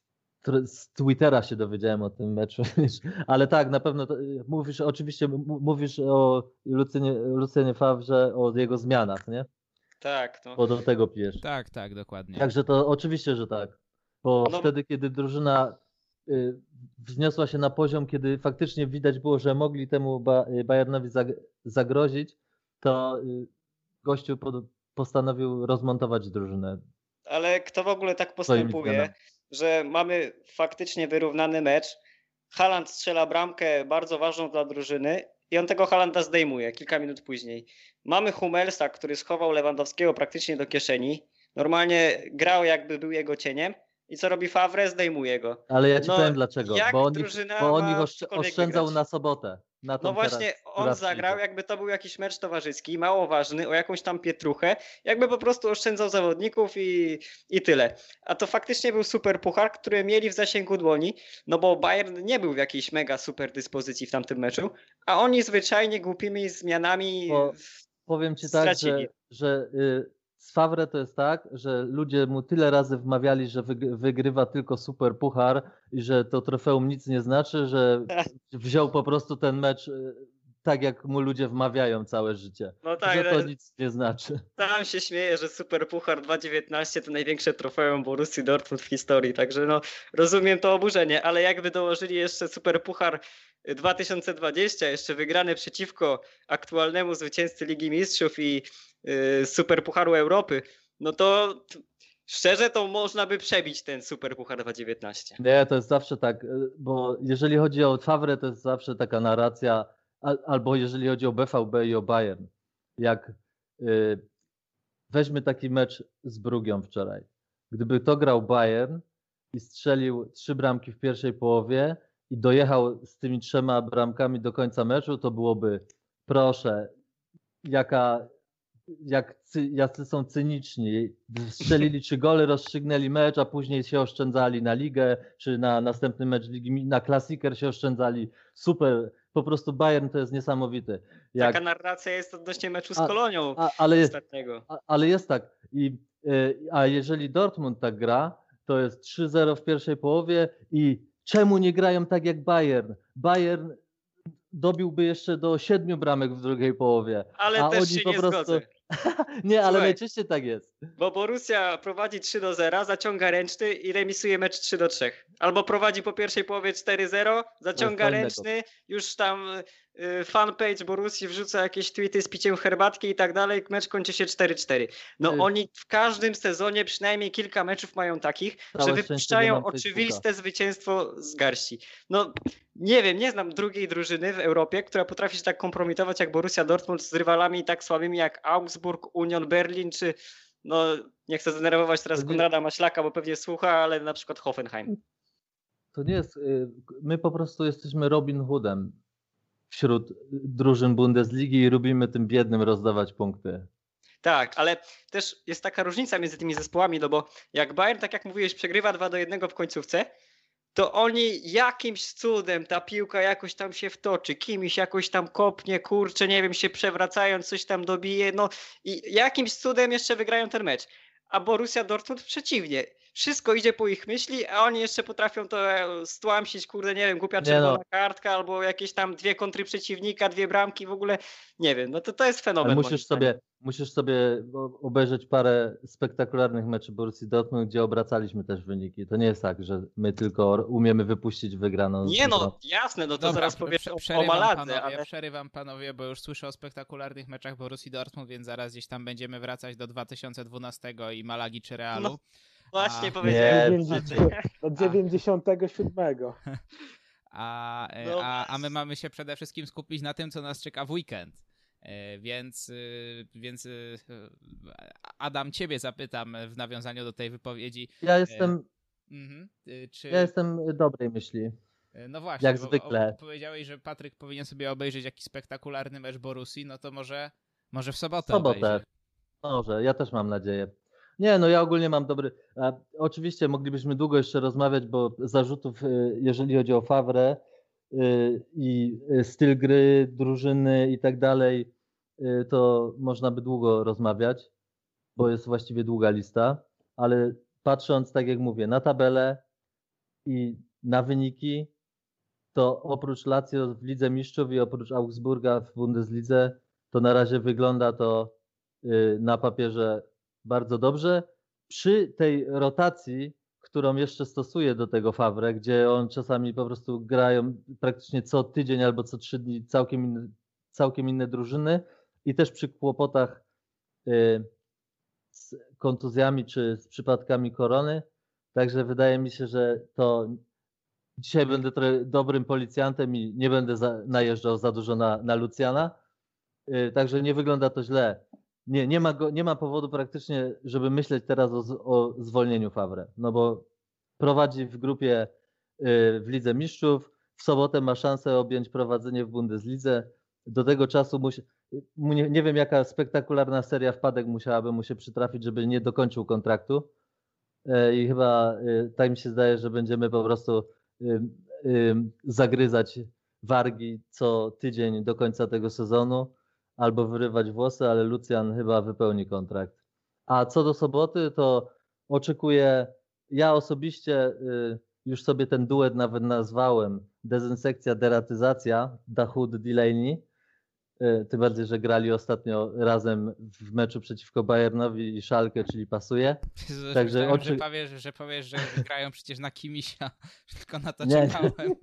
z Twittera się dowiedziałem o tym meczu, ale tak, na pewno to, mówisz, oczywiście mówisz o Lucynie, Lucynie Favrze, o jego zmianach, nie? Tak. No. Bo do tego pijesz. Tak, tak, dokładnie. Także to oczywiście, że tak, bo no. wtedy, kiedy drużyna y, wzniosła się na poziom, kiedy faktycznie widać było, że mogli temu Bayernowi zagrozić, to y, gościu pod, postanowił rozmontować drużynę. Ale kto w ogóle tak postępuje, że mamy faktycznie wyrównany mecz, Haaland strzela bramkę bardzo ważną dla drużyny i on tego Haalanda zdejmuje kilka minut później. Mamy Hummelsa, który schował Lewandowskiego praktycznie do kieszeni, normalnie grał jakby był jego cieniem i co robi Favre? Zdejmuje go. Ale ja ci no, powiem dlaczego, bo on, ich, bo on ich oszczę, oszczędzał wygrać? na sobotę. Na no właśnie, teraz, on zagrał, jakby to był jakiś mecz towarzyski, mało ważny, o jakąś tam pietruchę, jakby po prostu oszczędzał zawodników i, i tyle. A to faktycznie był super puchar, który mieli w zasięgu dłoni, no bo Bayern nie był w jakiejś mega super dyspozycji w tamtym meczu, a oni zwyczajnie głupimi zmianami bo, powiem ci stracili. tak, że, że y, z Favre to jest tak, że ludzie mu tyle razy wmawiali, że wygrywa tylko super puchar i że to trofeum nic nie znaczy, że wziął po prostu ten mecz tak, jak mu ludzie wmawiają całe życie. No tak, że to nic nie znaczy. Tam się śmieje, że super puchar dwa tysiące dziewiętnaście to największe trofeum Borussii Dortmund w historii, także no rozumiem to oburzenie, ale jakby dołożyli jeszcze super puchar dwa tysiące dwudziesty, jeszcze wygrany przeciwko aktualnemu zwycięzcy Ligi Mistrzów i yy, Super Pucharu Europy, no to szczerze to można by przebić ten Super Puchar dwa tysiące dziewiętnaście. Nie, to jest zawsze tak, bo jeżeli chodzi o Favre, to jest zawsze taka narracja, albo jeżeli chodzi o B V B i o Bayern. Jak yy, weźmy taki mecz z Brugią wczoraj. Gdyby to grał Bayern i strzelił trzy bramki w pierwszej połowie i dojechał z tymi trzema bramkami do końca meczu, to byłoby, proszę, jaka, jak cy, jacy są cyniczni. Strzelili trzy gole, rozstrzygnęli mecz, a później się oszczędzali na ligę, czy na następny mecz ligi, na klasiker się oszczędzali. Super, po prostu Bayern to jest niesamowity. Jak... Taka narracja jest odnośnie meczu z Kolonią a, a, ale, ostatniego. A, ale jest tak. I, y, a jeżeli Dortmund tak gra, to jest trzy zero w pierwszej połowie i czemu nie grają tak jak Bayern? Bayern dobiłby jeszcze do siedmiu bramek w drugiej połowie. Ale a też oni się po nie prostu... zgodzę. Nie, ale Słuchaj. najczęściej tak jest. Bo Borussia prowadzi trzy do zera, zaciąga ręczny i remisuje mecz trzy do trzech. Albo prowadzi po pierwszej połowie cztery zero, zaciąga innego. ręczny, już tam y, fanpage Borussii wrzuca jakieś tweety z piciem herbatki i tak dalej, mecz kończy się cztery cztery. No Ty. oni w każdym sezonie przynajmniej kilka meczów mają takich, Całe że szczęście, wypuszczają że mam oczywiste zwycięstwo z garści. No nie wiem, nie znam drugiej drużyny w Europie, która potrafi się tak kompromitować jak Borussia Dortmund z rywalami tak słabymi jak Augsburg, Union Berlin czy no nie chcę zdenerwować teraz To nie- Konrada Maślaka, bo pewnie słucha, ale na przykład Hoffenheim. To nie jest... y, My po prostu jesteśmy Robin Hoodem wśród drużyn Bundesligi i lubimy tym biednym rozdawać punkty. Tak, ale też jest taka różnica między tymi zespołami, no bo jak Bayern, tak jak mówiłeś, przegrywa dwa do jednego w końcówce, to oni jakimś cudem, ta piłka jakoś tam się wtoczy, kimś jakoś tam kopnie, kurczę, nie wiem, się przewracając, coś tam dobije, no i jakimś cudem jeszcze wygrają ten mecz. A Borussia Dortmund przeciwnie. Wszystko idzie po ich myśli, a oni jeszcze potrafią to stłamsić, kurde, nie wiem, głupia Nie czerwona no. kartka albo jakieś tam dwie kontry przeciwnika, dwie bramki, w ogóle nie wiem, no to to jest fenomen. Ale moim musisz zdaniem. sobie, musisz sobie o- obejrzeć parę spektakularnych meczy Borussii Dortmund, gdzie obracaliśmy też wyniki. To nie jest tak, że my tylko umiemy wypuścić wygraną. Nie no, jasne, no to Dobra, zaraz prze- powiesz prze- o, o przerywam Maladze, panowie, ale przerywam panowie, bo już słyszę o spektakularnych meczach Borussii Dortmund, więc zaraz gdzieś tam będziemy wracać do dwa tysiące dwunastego i Malagi czy Realu. No, właśnie A- powiedziałem. Nie, dziewięćdziesiąt Do dziewięćdziesiątego siódmego. A, e, No a, a my mamy się przede wszystkim skupić na tym, co nas czeka w weekend. E, Więc, y, więc y, Adam, ciebie zapytam w nawiązaniu do tej wypowiedzi. Ja jestem, Mhm. Y, Czy, ja jestem dobrej myśli. e, no właśnie, jak bo zwykle. o- powiedziałeś, że Patryk powinien sobie obejrzeć jakiś spektakularny mecz Borussii, no to może, może w sobotę, W sobotę. obejrzy. Może, ja też mam nadzieję. Nie, no ja ogólnie mam dobry... A, oczywiście moglibyśmy długo jeszcze rozmawiać, bo zarzutów, y, jeżeli chodzi o Favre y, i y, styl gry, drużyny i tak dalej, y, to można by długo rozmawiać, bo jest właściwie długa lista, ale patrząc, tak jak mówię, na tabelę i na wyniki, to oprócz Lazio w Lidze Mistrzów i oprócz Augsburga w Bundeslidze, to na razie wygląda to y, na papierze bardzo dobrze. Przy tej rotacji, którą jeszcze stosuje do tego Favre, gdzie on czasami po prostu grają praktycznie co tydzień albo co trzy dni całkiem inne, całkiem inne drużyny i też przy kłopotach y, z kontuzjami czy z przypadkami korony. Także wydaje mi się, że to dzisiaj będę trochę dobrym policjantem i nie będę za, najeżdżał za dużo na, na Lucjana. Yy, także nie wygląda to źle. Nie, nie, ma go, nie ma powodu praktycznie, żeby myśleć teraz o, z- o zwolnieniu Favre. No bo prowadzi w grupie yy, w Lidze Mistrzów. W sobotę ma szansę objąć prowadzenie w Bundeslidze. Do tego czasu musi, mu nie, nie wiem, jaka spektakularna seria wpadek musiałaby mu się przytrafić, żeby nie dokończył kontraktu. Yy, I chyba yy, tak mi się zdaje, że będziemy po prostu yy, yy, zagryzać wargi co tydzień do końca tego sezonu albo wyrywać włosy, ale Lucjan chyba wypełni kontrakt. A co do soboty, to oczekuję, ja osobiście y, już sobie ten duet nawet nazwałem, dezynsekcja, deratyzacja, Dahoud, Delaney, y, tym bardziej, że grali ostatnio razem w meczu przeciwko Bayernowi i Schalke, czyli pasuje. Jezu, Także myślałem, oczy- że, powiesz, że powiesz, że grają przecież na Kimisia, tylko na to Nie, nie. czekałem.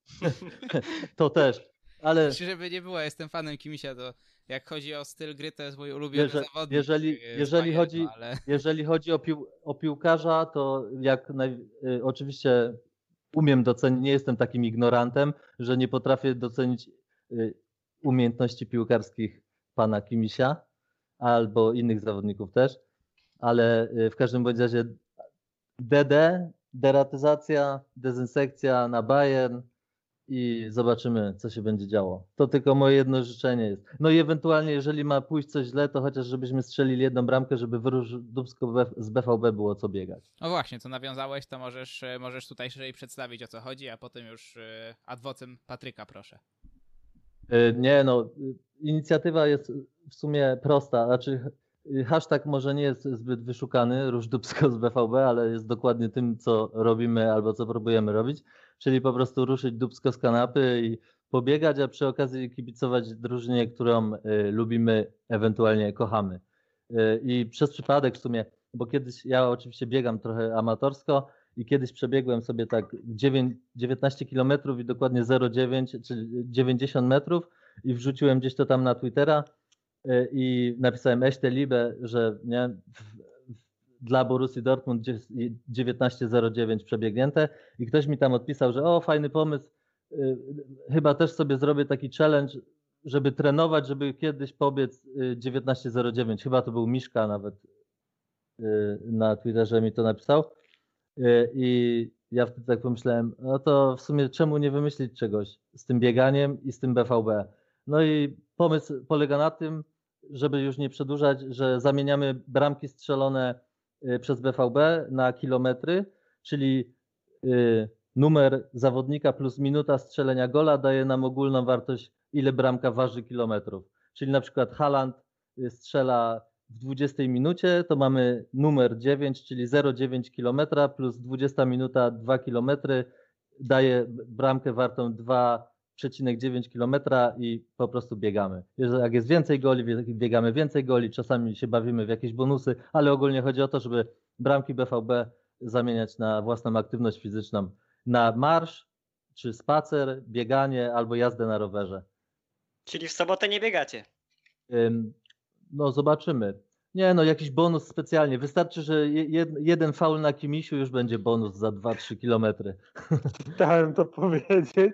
To też, ale Żeby nie było, jestem fanem Kimisia, to jak chodzi o styl gry, to jest mój ulubiony Jeże- zawodnik. jeżeli- y, z jeżeli Bayernu, chodzi- Ale... jeżeli chodzi o, pił, o piłkarza, to jak naj, y, oczywiście umiem docenić, nie jestem takim ignorantem, że nie potrafię docenić y, umiejętności piłkarskich pana Kimisia albo innych zawodników też, ale y, w każdym bądź razie D D, deratyzacja, dezynsekcja na Bayern i zobaczymy, co się będzie działo. To tylko moje jedno życzenie jest. No i ewentualnie, jeżeli ma pójść coś źle, to chociaż żebyśmy strzelili jedną bramkę, żeby wyróż Dubsko z B V B było co biegać. No właśnie, co nawiązałeś, to możesz, y, możesz tutaj szerzej przedstawić, o co chodzi, a potem już y, adwocem Patryka, proszę. Y, Nie no, y, inicjatywa jest w sumie prosta, znaczy y, hashtag może nie jest zbyt wyszukany, Róż Dubsko z B V B, ale jest dokładnie tym, co robimy albo co próbujemy robić, czyli po prostu ruszyć Dubsko z kanapy i pobiegać, a przy okazji kibicować drużynie, którą y, lubimy, ewentualnie kochamy. Y, I przez przypadek w sumie, bo kiedyś ja oczywiście biegam trochę amatorsko i kiedyś przebiegłem sobie tak dziewiętnaście kilometrów i dokładnie zero przecinek dziewięć, czyli dziewięćdziesiąt metrów i wrzuciłem gdzieś to tam na Twittera y, i napisałem Echte Liebe, że nie, w, dla Borussii Dortmund dziewiętnaście zero dziewięć przebiegnięte i ktoś mi tam odpisał, że o, fajny pomysł, y, chyba też sobie zrobię taki challenge, żeby trenować, żeby kiedyś pobiec y, dziewiętnaście zero dziewięć. Chyba to był Miszka nawet y, na Twitterze mi to napisał. Y, I ja wtedy tak pomyślałem, no to w sumie czemu nie wymyślić czegoś z tym bieganiem i z tym B V B. No i pomysł polega na tym, żeby już nie przedłużać, że zamieniamy bramki strzelone przez B V B na kilometry, czyli numer zawodnika plus minuta strzelenia gola daje nam ogólną wartość, ile bramka waży kilometrów. Czyli na przykład Haaland strzela w dwudziestej minucie, to mamy numer dziewięć, czyli zero przecinek dziewięć kilometra plus dwudziesta minuta dwa kilometry daje bramkę wartą dwa przecinek dziewięć kilometra i po prostu biegamy. Jak jest więcej goli, biegamy więcej goli, czasami się bawimy w jakieś bonusy, ale ogólnie chodzi o to, żeby bramki B V B zamieniać na własną aktywność fizyczną, na marsz, czy spacer, bieganie albo jazdę na rowerze. Czyli w sobotę nie biegacie? No zobaczymy. Nie no, jakiś bonus specjalnie. Wystarczy, że jed, jeden faul na Kimisiu już będzie bonus za dwa trzy kilometry. Chciałem to powiedzieć.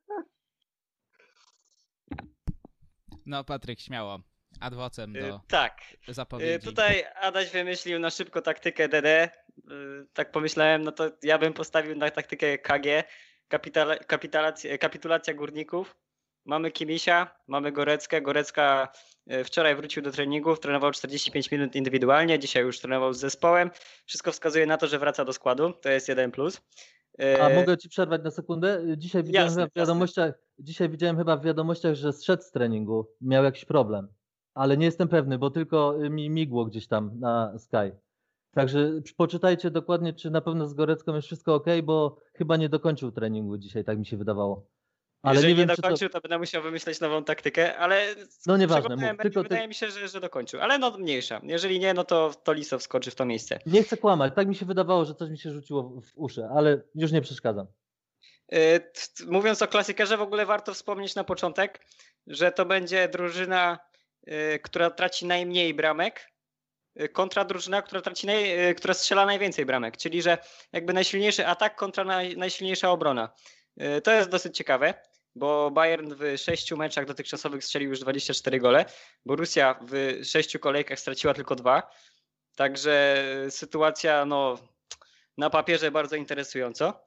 No Patryk, śmiało. Adwocem do yy, tak. zapowiedzi. Yy, tutaj Adaś wymyślił na szybko taktykę D D. Yy, tak pomyślałem, no to ja bym postawił na taktykę K G. Kapitala, kapitulacja, kapitulacja górników. Mamy Kimisia, mamy Goreckę. Gorecka wczoraj wrócił do treningów, trenował czterdzieści pięć minut indywidualnie, dzisiaj już trenował z zespołem. Wszystko wskazuje na to, że wraca do składu, to jest jeden plus. A mogę ci przerwać na sekundę? Dzisiaj widziałem, jasne, chyba w wiadomościach, dzisiaj widziałem chyba w wiadomościach, że zszedł z treningu, miał jakiś problem, ale nie jestem pewny, bo tylko mi migło gdzieś tam na Sky. Także poczytajcie dokładnie, czy na pewno z Gorecką jest wszystko ok, bo chyba nie dokończył treningu dzisiaj, tak mi się wydawało. Ale jeżeli nie, wiem, nie dokończył, to... to będę musiał wymyśleć nową taktykę, ale no nieważne, mów, tylko wydaje ty... mi się, że, że dokończył, ale no mniejsza. Jeżeli nie, no to Tolisso wskoczy w to miejsce. Nie chcę kłamać, tak mi się wydawało, że coś mi się rzuciło w uszy, ale już nie przeszkadzam. Yy, mówiąc o klasykerze, w ogóle warto wspomnieć na początek, że to będzie drużyna, yy, która traci najmniej bramek, yy, kontra drużyna, która traci naj, yy, która strzela najwięcej bramek, czyli że jakby najsilniejszy atak kontra naj, najsilniejsza obrona. Yy, to jest dosyć ciekawe, bo Bayern w sześciu meczach dotychczasowych strzelił już dwadzieścia cztery gole, Borussia w sześciu kolejkach straciła tylko dwa, także sytuacja no, na papierze bardzo interesująco.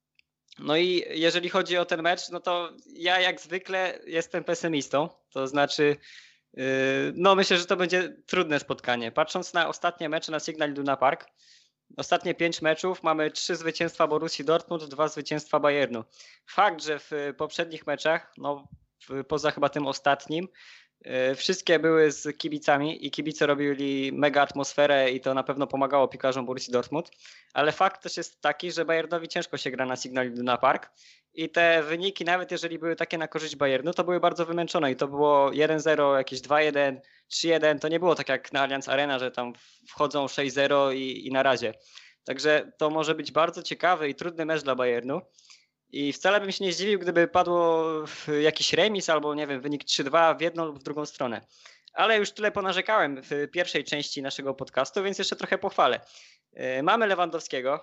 No i jeżeli chodzi o ten mecz, no to ja jak zwykle jestem pesymistą, to znaczy yy, no myślę, że to będzie trudne spotkanie. Patrząc na ostatnie mecze na Signal Iduna Park, ostatnie pięć meczów mamy trzy zwycięstwa Borussii Dortmund, dwa zwycięstwa Bayernu. Fakt, że w poprzednich meczach, no poza chyba tym ostatnim, wszystkie były z kibicami i kibice robili mega atmosferę i to na pewno pomagało piłkarzom Borussii Dortmund, ale fakt też jest taki, że Bayernowi ciężko się gra na Signal Iduna Park i te wyniki, nawet jeżeli były takie na korzyść Bayernu, to były bardzo wymęczone i to było jeden zero, jakieś dwa jeden, trzy jeden, to nie było tak jak na Allianz Arena, że tam wchodzą sześć zero i, i na razie. Także to może być bardzo ciekawy i trudny mecz dla Bayernu. I wcale bym się nie zdziwił, gdyby padło jakiś remis albo nie wiem, wynik trzy dwa w jedną lub w drugą stronę. Ale już tyle ponarzekałem w pierwszej części naszego podcastu, więc jeszcze trochę pochwalę. Mamy Lewandowskiego,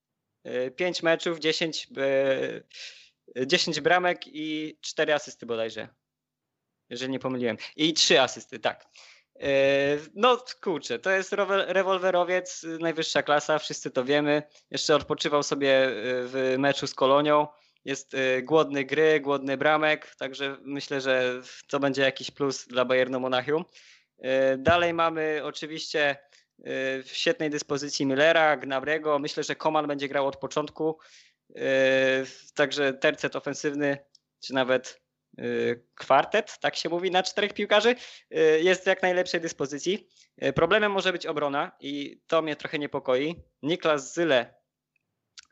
pięć meczów, dziesięć, dziesięć bramek i cztery asysty bodajże, jeżeli nie pomyliłem. I trzy asysty, tak. No kurczę, to jest rewolwerowiec, najwyższa klasa, wszyscy to wiemy. Jeszcze odpoczywał sobie w meczu z Kolonią. Jest głodny gry, głodny bramek, także myślę, że to będzie jakiś plus dla Bayernu Monachium. Dalej mamy oczywiście w świetnej dyspozycji Müllera, Gnabrego. Myślę, że Coman będzie grał od początku. Także tercet ofensywny, czy nawet kwartet, tak się mówi, na czterech piłkarzy, jest w jak najlepszej dyspozycji. Problemem może być obrona i to mnie trochę niepokoi. Niklas Zyle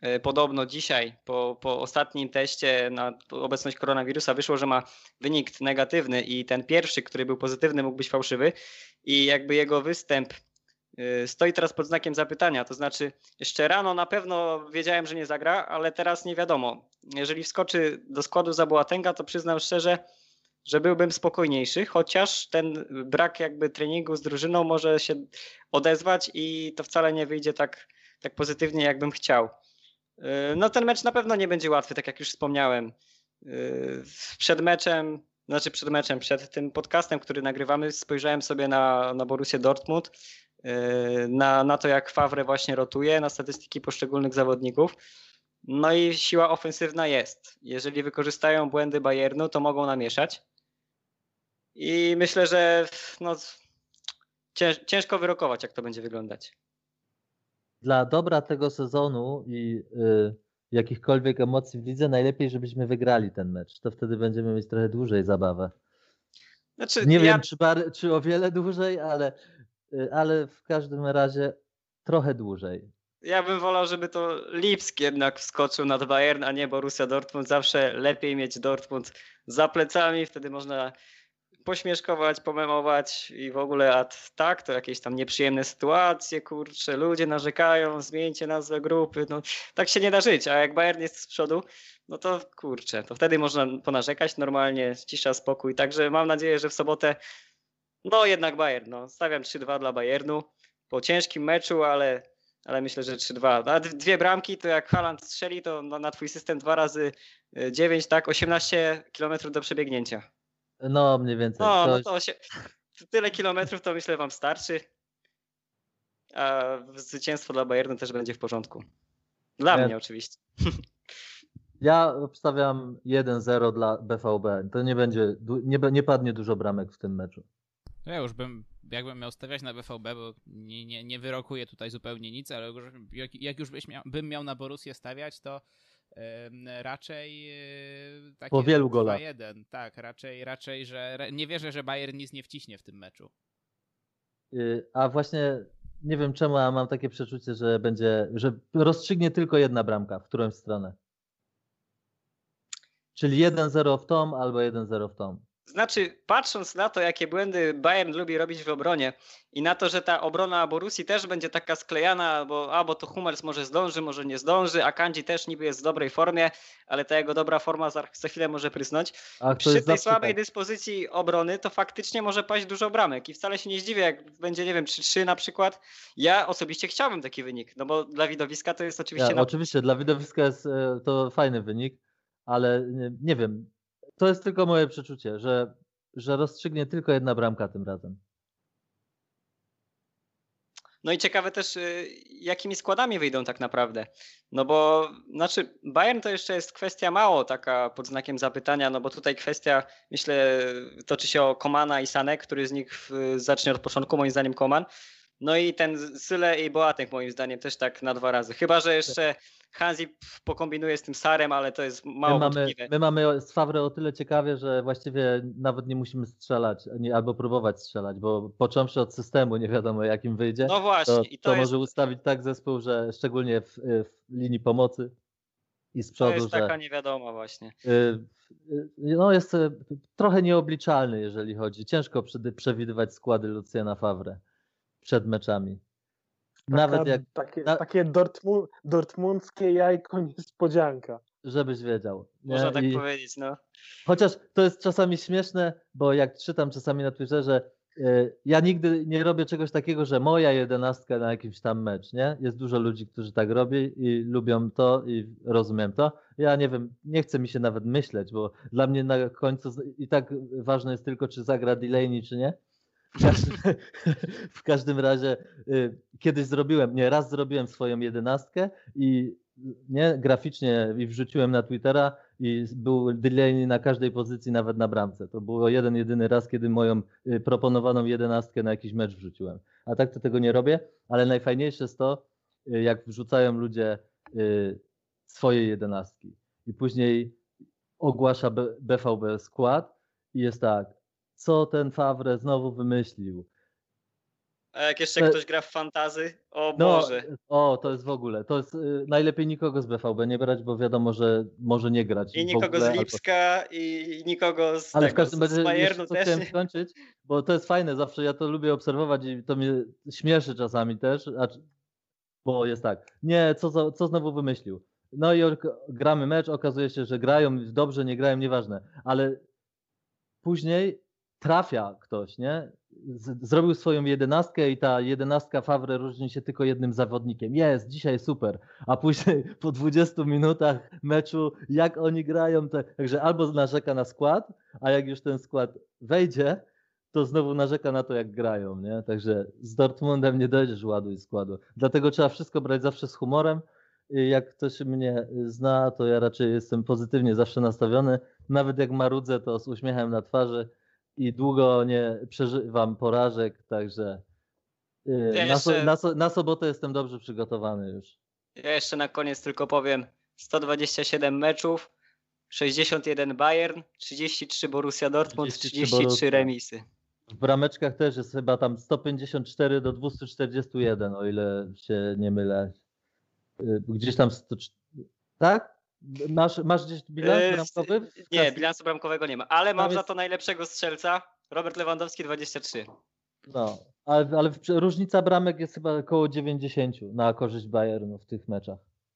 podobno dzisiaj po, po ostatnim teście na obecność koronawirusa wyszło, że ma wynik negatywny i ten pierwszy, który był pozytywny, mógł być fałszywy i jakby jego występ stoi teraz pod znakiem zapytania, to znaczy jeszcze rano na pewno wiedziałem, że nie zagra, ale teraz nie wiadomo. Jeżeli wskoczy do składu za Boatenga, to przyznam szczerze, że byłbym spokojniejszy, chociaż ten brak jakby treningu z drużyną może się odezwać i to wcale nie wyjdzie tak, tak pozytywnie, jakbym chciał. No ten mecz na pewno nie będzie łatwy, tak jak już wspomniałem. Przed meczem, znaczy przed meczem, przed tym podcastem, który nagrywamy, spojrzałem sobie na, na Borussię Dortmund, na, na to jak Favre właśnie rotuje, na statystyki poszczególnych zawodników. No i siła ofensywna jest. Jeżeli wykorzystają błędy Bayernu, to mogą namieszać. I myślę, że no, ciężko wyrokować, jak to będzie wyglądać. Dla dobra tego sezonu i y, jakichkolwiek emocji w lidze, najlepiej, żebyśmy wygrali ten mecz. To wtedy będziemy mieć trochę dłużej zabawę. Znaczy, Nie ja... wiem, czy, bar, czy o wiele dłużej, ale, y, ale w każdym razie trochę dłużej. Ja bym wolał, żeby to Lipsk jednak wskoczył nad Bayern, a nie Borussia Dortmund. Zawsze lepiej mieć Dortmund za plecami, wtedy można pośmieszkować, pomemować i w ogóle, a tak, to jakieś tam nieprzyjemne sytuacje, kurczę, ludzie narzekają, zmieńcie nazwę grupy, no tak się nie da żyć, a jak Bayern jest z przodu, no to kurczę, to wtedy można ponarzekać normalnie, cisza, spokój, także mam nadzieję, że w sobotę, no jednak Bayern, no stawiam trzy dwa dla Bayernu, po ciężkim meczu, ale, ale myślę, że trzy dwa, a dwie bramki, to jak Haaland strzeli, to na, na twój system dwa razy dziewięć, tak, osiemnaście kilometrów do przebiegnięcia. No, mniej więcej. No, no to się, tyle kilometrów to myślę wam starczy. A zwycięstwo dla Bayernu też będzie w porządku. Dla ja, mnie oczywiście. Ja obstawiam jeden zero dla B V B. To nie będzie, nie, nie padnie dużo bramek w tym meczu. Ja już bym, jakbym miał stawiać na B V B, bo nie, nie, nie wyrokuję tutaj zupełnie nic, ale jak, jak już byś miał, bym miał na Borussię stawiać, to raczej takie po wielu golach. dwa jeden. Tak, raczej, raczej, że nie wierzę, że Bayern nic nie wciśnie w tym meczu. A właśnie nie wiem czemu, ale mam takie przeczucie, że będzie, że rozstrzygnie tylko jedna bramka w którąś stronę. Czyli jeden zero w tom albo jeden zero w tom. Znaczy, patrząc na to, jakie błędy Bayern lubi robić w obronie i na to, że ta obrona Borussii też będzie taka sklejana, bo, a, bo to Hummels może zdąży, może nie zdąży, a Kanji też niby jest w dobrej formie, ale ta jego dobra forma za, za chwilę może prysnąć. Ach, Przy tej słabej tak. dyspozycji obrony to faktycznie może paść dużo bramek i wcale się nie zdziwię, jak będzie, nie wiem, trzy trzy na przykład. Ja osobiście chciałbym taki wynik, no bo dla widowiska to jest oczywiście... Ja, na... Oczywiście, dla widowiska jest to fajny wynik, ale nie, nie wiem, to jest tylko moje przeczucie, że, że rozstrzygnie tylko jedna bramka tym razem. No i ciekawe też, jakimi składami wyjdą tak naprawdę. No bo, znaczy, Bayern to jeszcze jest kwestia mało taka pod znakiem zapytania, no bo tutaj kwestia, myślę, toczy się o Komana i Sané, który z nich zacznie od początku, moim zdaniem Koman. No i ten Syle i Boateng moim zdaniem też tak na dwa razy. Chyba że jeszcze Hansi pokombinuje z tym Sarem, ale to jest mało my mamy, możliwe. My mamy z Favre o tyle ciekawie, że właściwie nawet nie musimy strzelać nie, albo próbować strzelać, bo począwszy od systemu nie wiadomo jakim wyjdzie. No właśnie. To, I to, to jest... może ustawić tak zespół, że szczególnie w, w linii pomocy i z przodu, to jest że, taka niewiadoma właśnie. No jest trochę nieobliczalny, jeżeli chodzi. Ciężko przewidywać składy Luciana Favre przed meczami. Taka, Nawet jak, takie na, takie dortmu, dortmundzkie jajko niespodzianka. Żebyś wiedział. Nie? Można tak I, powiedzieć, no. Chociaż to jest czasami śmieszne, bo jak czytam czasami na Twitterze, y, ja nigdy nie robię czegoś takiego, że moja jedenastka na jakimś tam mecz, nie? Jest dużo ludzi, którzy tak robią i lubią to i rozumiem to. Ja nie wiem, nie chce mi się nawet myśleć, bo dla mnie na końcu i tak ważne jest tylko, czy zagra Delaney, czy nie. W każdym, w każdym razie y, kiedyś zrobiłem, nie, raz zrobiłem swoją jedenastkę i nie, graficznie i wrzuciłem na Twittera i był Delaney na każdej pozycji, nawet na bramce. To było jeden, jedyny raz, kiedy moją y, proponowaną jedenastkę na jakiś mecz wrzuciłem. A tak to tego nie robię, ale najfajniejsze jest to, y, jak wrzucają ludzie y, swoje jedenastki i później ogłasza B, B V B skład i jest tak, co ten Favre znowu wymyślił. A jak jeszcze To- ktoś gra w fantazy? O No, Boże. o, to jest w ogóle. To jest y, najlepiej nikogo z B V B nie brać, bo wiadomo, że może nie grać I w nikogo ogóle. z albo- Lipska i nikogo z Ale w tego, każdym z, z razie Bayernu jeszcze to też. chciałem nie? skończyć, bo to jest fajne, zawsze ja to lubię obserwować i to mnie śmieszy czasami też, a, bo jest tak, nie, co, za- co znowu wymyślił? No i ok- gramy mecz, okazuje się, że grają dobrze, nie grają, nieważne, ale później trafia ktoś, nie? Z, zrobił swoją jedenastkę i ta jedenastka Favre różni się tylko jednym zawodnikiem. Jest, dzisiaj super. A później po dwudziestu minutach meczu, jak oni grają, to, także albo narzeka na skład, a jak już ten skład wejdzie, to znowu narzeka na to, jak grają, nie? Także z Dortmundem nie dojdziesz ładu i składu. Dlatego trzeba wszystko brać zawsze z humorem. I jak ktoś mnie zna, to ja raczej jestem pozytywnie zawsze nastawiony. Nawet jak marudzę, to z uśmiechem na twarzy i długo nie przeżywam porażek, także yy, Ja na, so, jeszcze- na, so, na sobotę jestem dobrze przygotowany już. Ja jeszcze na koniec tylko powiem. sto dwadzieścia siedem meczów, sześćdziesiąt jeden Bayern, trzydzieści trzy Borussia Dortmund, trzydzieści trzy trzydzieści trzy Borussia. remisy. W brameczkach też jest chyba tam sto pięćdziesiąt cztery do dwieście czterdzieści jeden, o ile się nie mylę. Yy, Gdzieś tam sto... Tak? Masz, masz gdzieś bilans Yy, bramkowy? w Nie, kas- bilansu bramkowego nie ma, ale mam Tam za jest- to najlepszego strzelca. Robert Lewandowski dwadzieścia trzy. No, ale, ale w- różnica bramek jest chyba około dziewięćdziesiąt na korzyść Bayernu w tych meczach.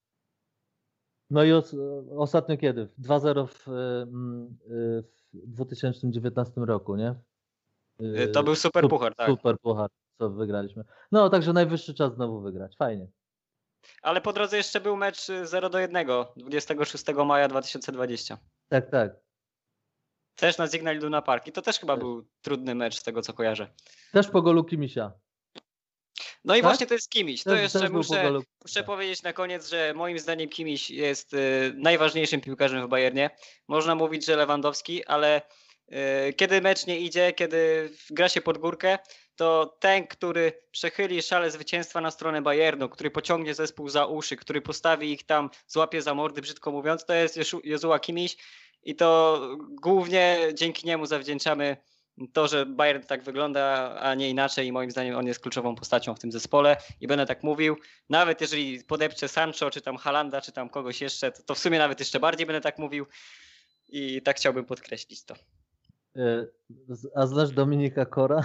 No i os, ostatnio kiedy? dwa zero w, mm, y, w dwa tysiące dziewiętnastym roku, nie? Y, To był super sup- puchar, tak. Super puchar, co wygraliśmy. No, także najwyższy czas znowu wygrać. Fajnie. Ale po drodze jeszcze był mecz zero do jednego dwudziestego szóstego maja dwa tysiące dwudziestego. Tak, tak. Też na Signal Iduna Park i to też chyba Też. był trudny mecz z tego co kojarzę. Też po golu Kimisia. No i Tak? właśnie to jest Kimiś. To Też, jeszcze też był po muszę, golu. muszę powiedzieć na koniec, że moim zdaniem Kimiś jest y, najważniejszym piłkarzem w Bayernie. Można mówić, że Lewandowski, ale y, kiedy mecz nie idzie, kiedy gra się pod górkę, to ten, który przechyli szale zwycięstwa na stronę Bayernu, który pociągnie zespół za uszy, który postawi ich tam, złapie za mordy, brzydko mówiąc, to jest Jeszu- Jozua Kimiś i to głównie dzięki niemu zawdzięczamy to, że Bayern tak wygląda, a nie inaczej i moim zdaniem on jest kluczową postacią w tym zespole i będę tak mówił, nawet jeżeli podepczę Sancho, czy tam Halanda, czy tam kogoś jeszcze, to, to w sumie nawet jeszcze bardziej będę tak mówił i tak chciałbym podkreślić to. Y, z- A znasz Dominika Kora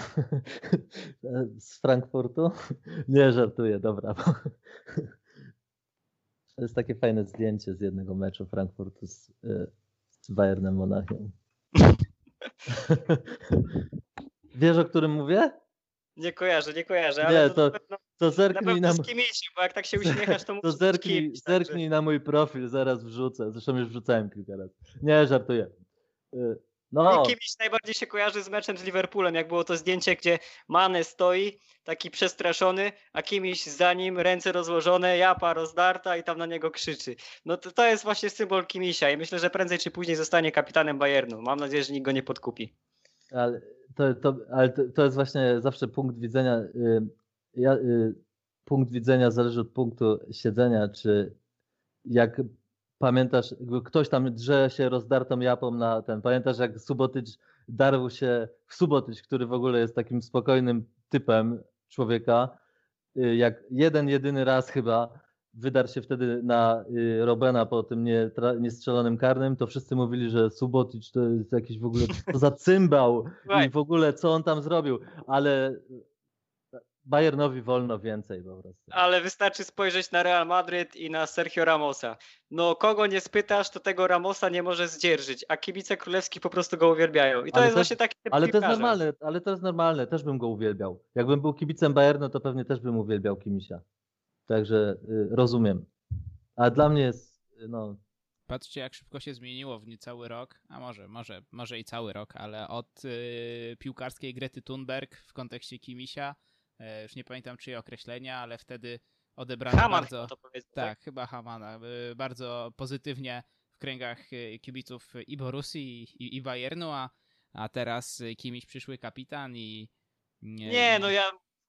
z Frankfurtu? Nie, żartuję, dobra. bo- To jest takie fajne zdjęcie z jednego meczu Frankfurtu z, y, z Bayernem Monachium. Wiesz, o którym mówię? Nie kojarzę, nie kojarzę, Nie, ale to, to- na pewno, To na zerknij pewno na, z m- kimś, bo jak tak się uśmiechasz, to to musi być zerknij, kimś, także- zerknij na mój profil, zaraz wrzucę. Zresztą już wrzucałem kilka razy. Nie, żartuję. Y, No, I kimś najbardziej się kojarzy z meczem z Liverpoolem, jak było to zdjęcie, gdzie Mane stoi, taki przestraszony, a kimś za nim, ręce rozłożone, japa rozdarta i tam na niego krzyczy. No to, to jest właśnie symbol Kimisia i myślę, że prędzej czy później zostanie kapitanem Bayernu. Mam nadzieję, że nikt go nie podkupi. ale to, to, ale to, to jest właśnie zawsze punkt widzenia. Y, ja, y, punkt widzenia zależy od punktu siedzenia, czy jak pamiętasz, jakby ktoś tam drze się rozdartą japą na ten. Pamiętasz, jak Subotyć darł się w Subotyć, który w ogóle jest takim spokojnym typem człowieka, y, jak jeden, jedyny raz chyba wydarł się wtedy na y, Robena po tym nie- tra- niestrzelonym karnym, to wszyscy mówili, że Subotyć to jest jakiś w ogóle, co za cymbał i w ogóle co on tam zrobił, ale Bayernowi wolno więcej po prostu. Ale wystarczy spojrzeć na Real Madryt i na Sergio Ramosa. No kogo nie spytasz, to tego Ramosa nie może zdzierżyć, a kibice królewskich po prostu go uwielbiają. I to Ale jest to- właśnie taki typ Ale to jest piłkarza. normalne, ale to jest normalne, też bym go uwielbiał. Jakbym był kibicem Bayernu, to pewnie też bym uwielbiał Kimisia. Także y, rozumiem. A dla mnie jest, y, no, Patrzcie, jak szybko się zmieniło w niecały rok, a może, może, może i cały rok, ale od y, piłkarskiej Grety Thunberg w kontekście Kimisia, y, już nie pamiętam czyje określenia, ale wtedy odebrano Haman bardzo, chyba to powiedział, tak? tak, chyba Hamana, y, bardzo pozytywnie w kręgach y, kibiców i Borussii i, i Bayernu, a, a teraz y, Kimiś przyszły kapitan i... Nie, no ja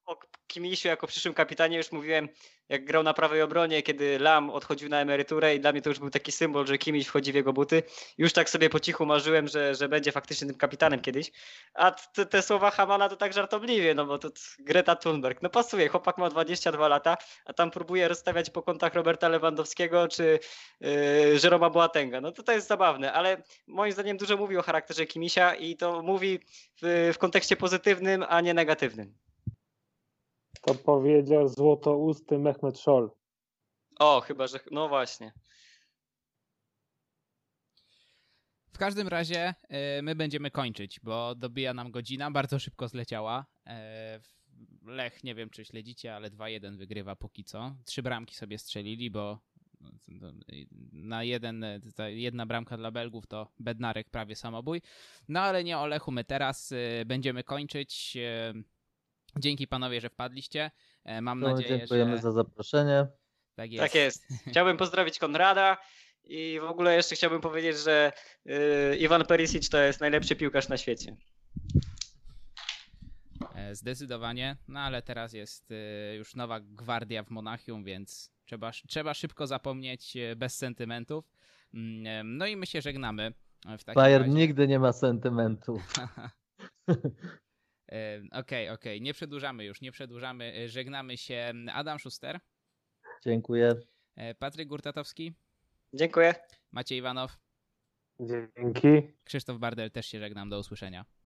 o Kimisiu jako przyszłym kapitanie już mówiłem, jak grał na prawej obronie, kiedy Lam odchodził na emeryturę i dla mnie to już był taki symbol, że Kimiś wchodzi w jego buty. Już tak sobie po cichu marzyłem, że, że będzie faktycznie tym kapitanem kiedyś. A te, te słowa Hamana to tak żartobliwie, no bo to Greta Thunberg. No pasuje, chłopak ma dwadzieścia dwa lata, a tam próbuje rozstawiać po kątach Roberta Lewandowskiego czy yy, Jeroma Boatenga. No to to jest zabawne, ale moim zdaniem dużo mówi o charakterze Kimisia i to mówi w, w kontekście pozytywnym, a nie negatywnym. To powiedział złotousty Mehmet Scholl. O, chyba, że... No właśnie. W każdym razie y, my będziemy kończyć, bo dobija nam godzina, bardzo szybko zleciała. Y, Lech, nie wiem czy śledzicie, ale dwa jeden wygrywa póki co. Trzy bramki sobie strzelili, bo na jeden, ta jedna bramka dla Belgów to Bednarek prawie samobój. No ale nie o Lechu my teraz y, będziemy kończyć. Y, Dzięki panowie, że wpadliście. Mam No, nadzieję, dziękujemy że... za zaproszenie. Tak jest. Tak jest. Chciałbym pozdrowić Konrada i w ogóle jeszcze chciałbym powiedzieć, że yy, Iwan Perisic to jest najlepszy piłkarz na świecie. Zdecydowanie, no ale teraz jest y, już nowa gwardia w Monachium, więc trzeba, trzeba szybko zapomnieć bez sentymentów. No i my się żegnamy. W takim Bayern razie. nigdy nie ma sentymentów. Okej, okej, okay, okay. Nie przedłużamy już, nie przedłużamy. Żegnamy się. Adam Szuster. Dziękuję. Patryk Gurtatowski. Dziękuję. Maciej Iwanow. Dzięki. Krzysztof Bardel, też się żegnam. Do usłyszenia.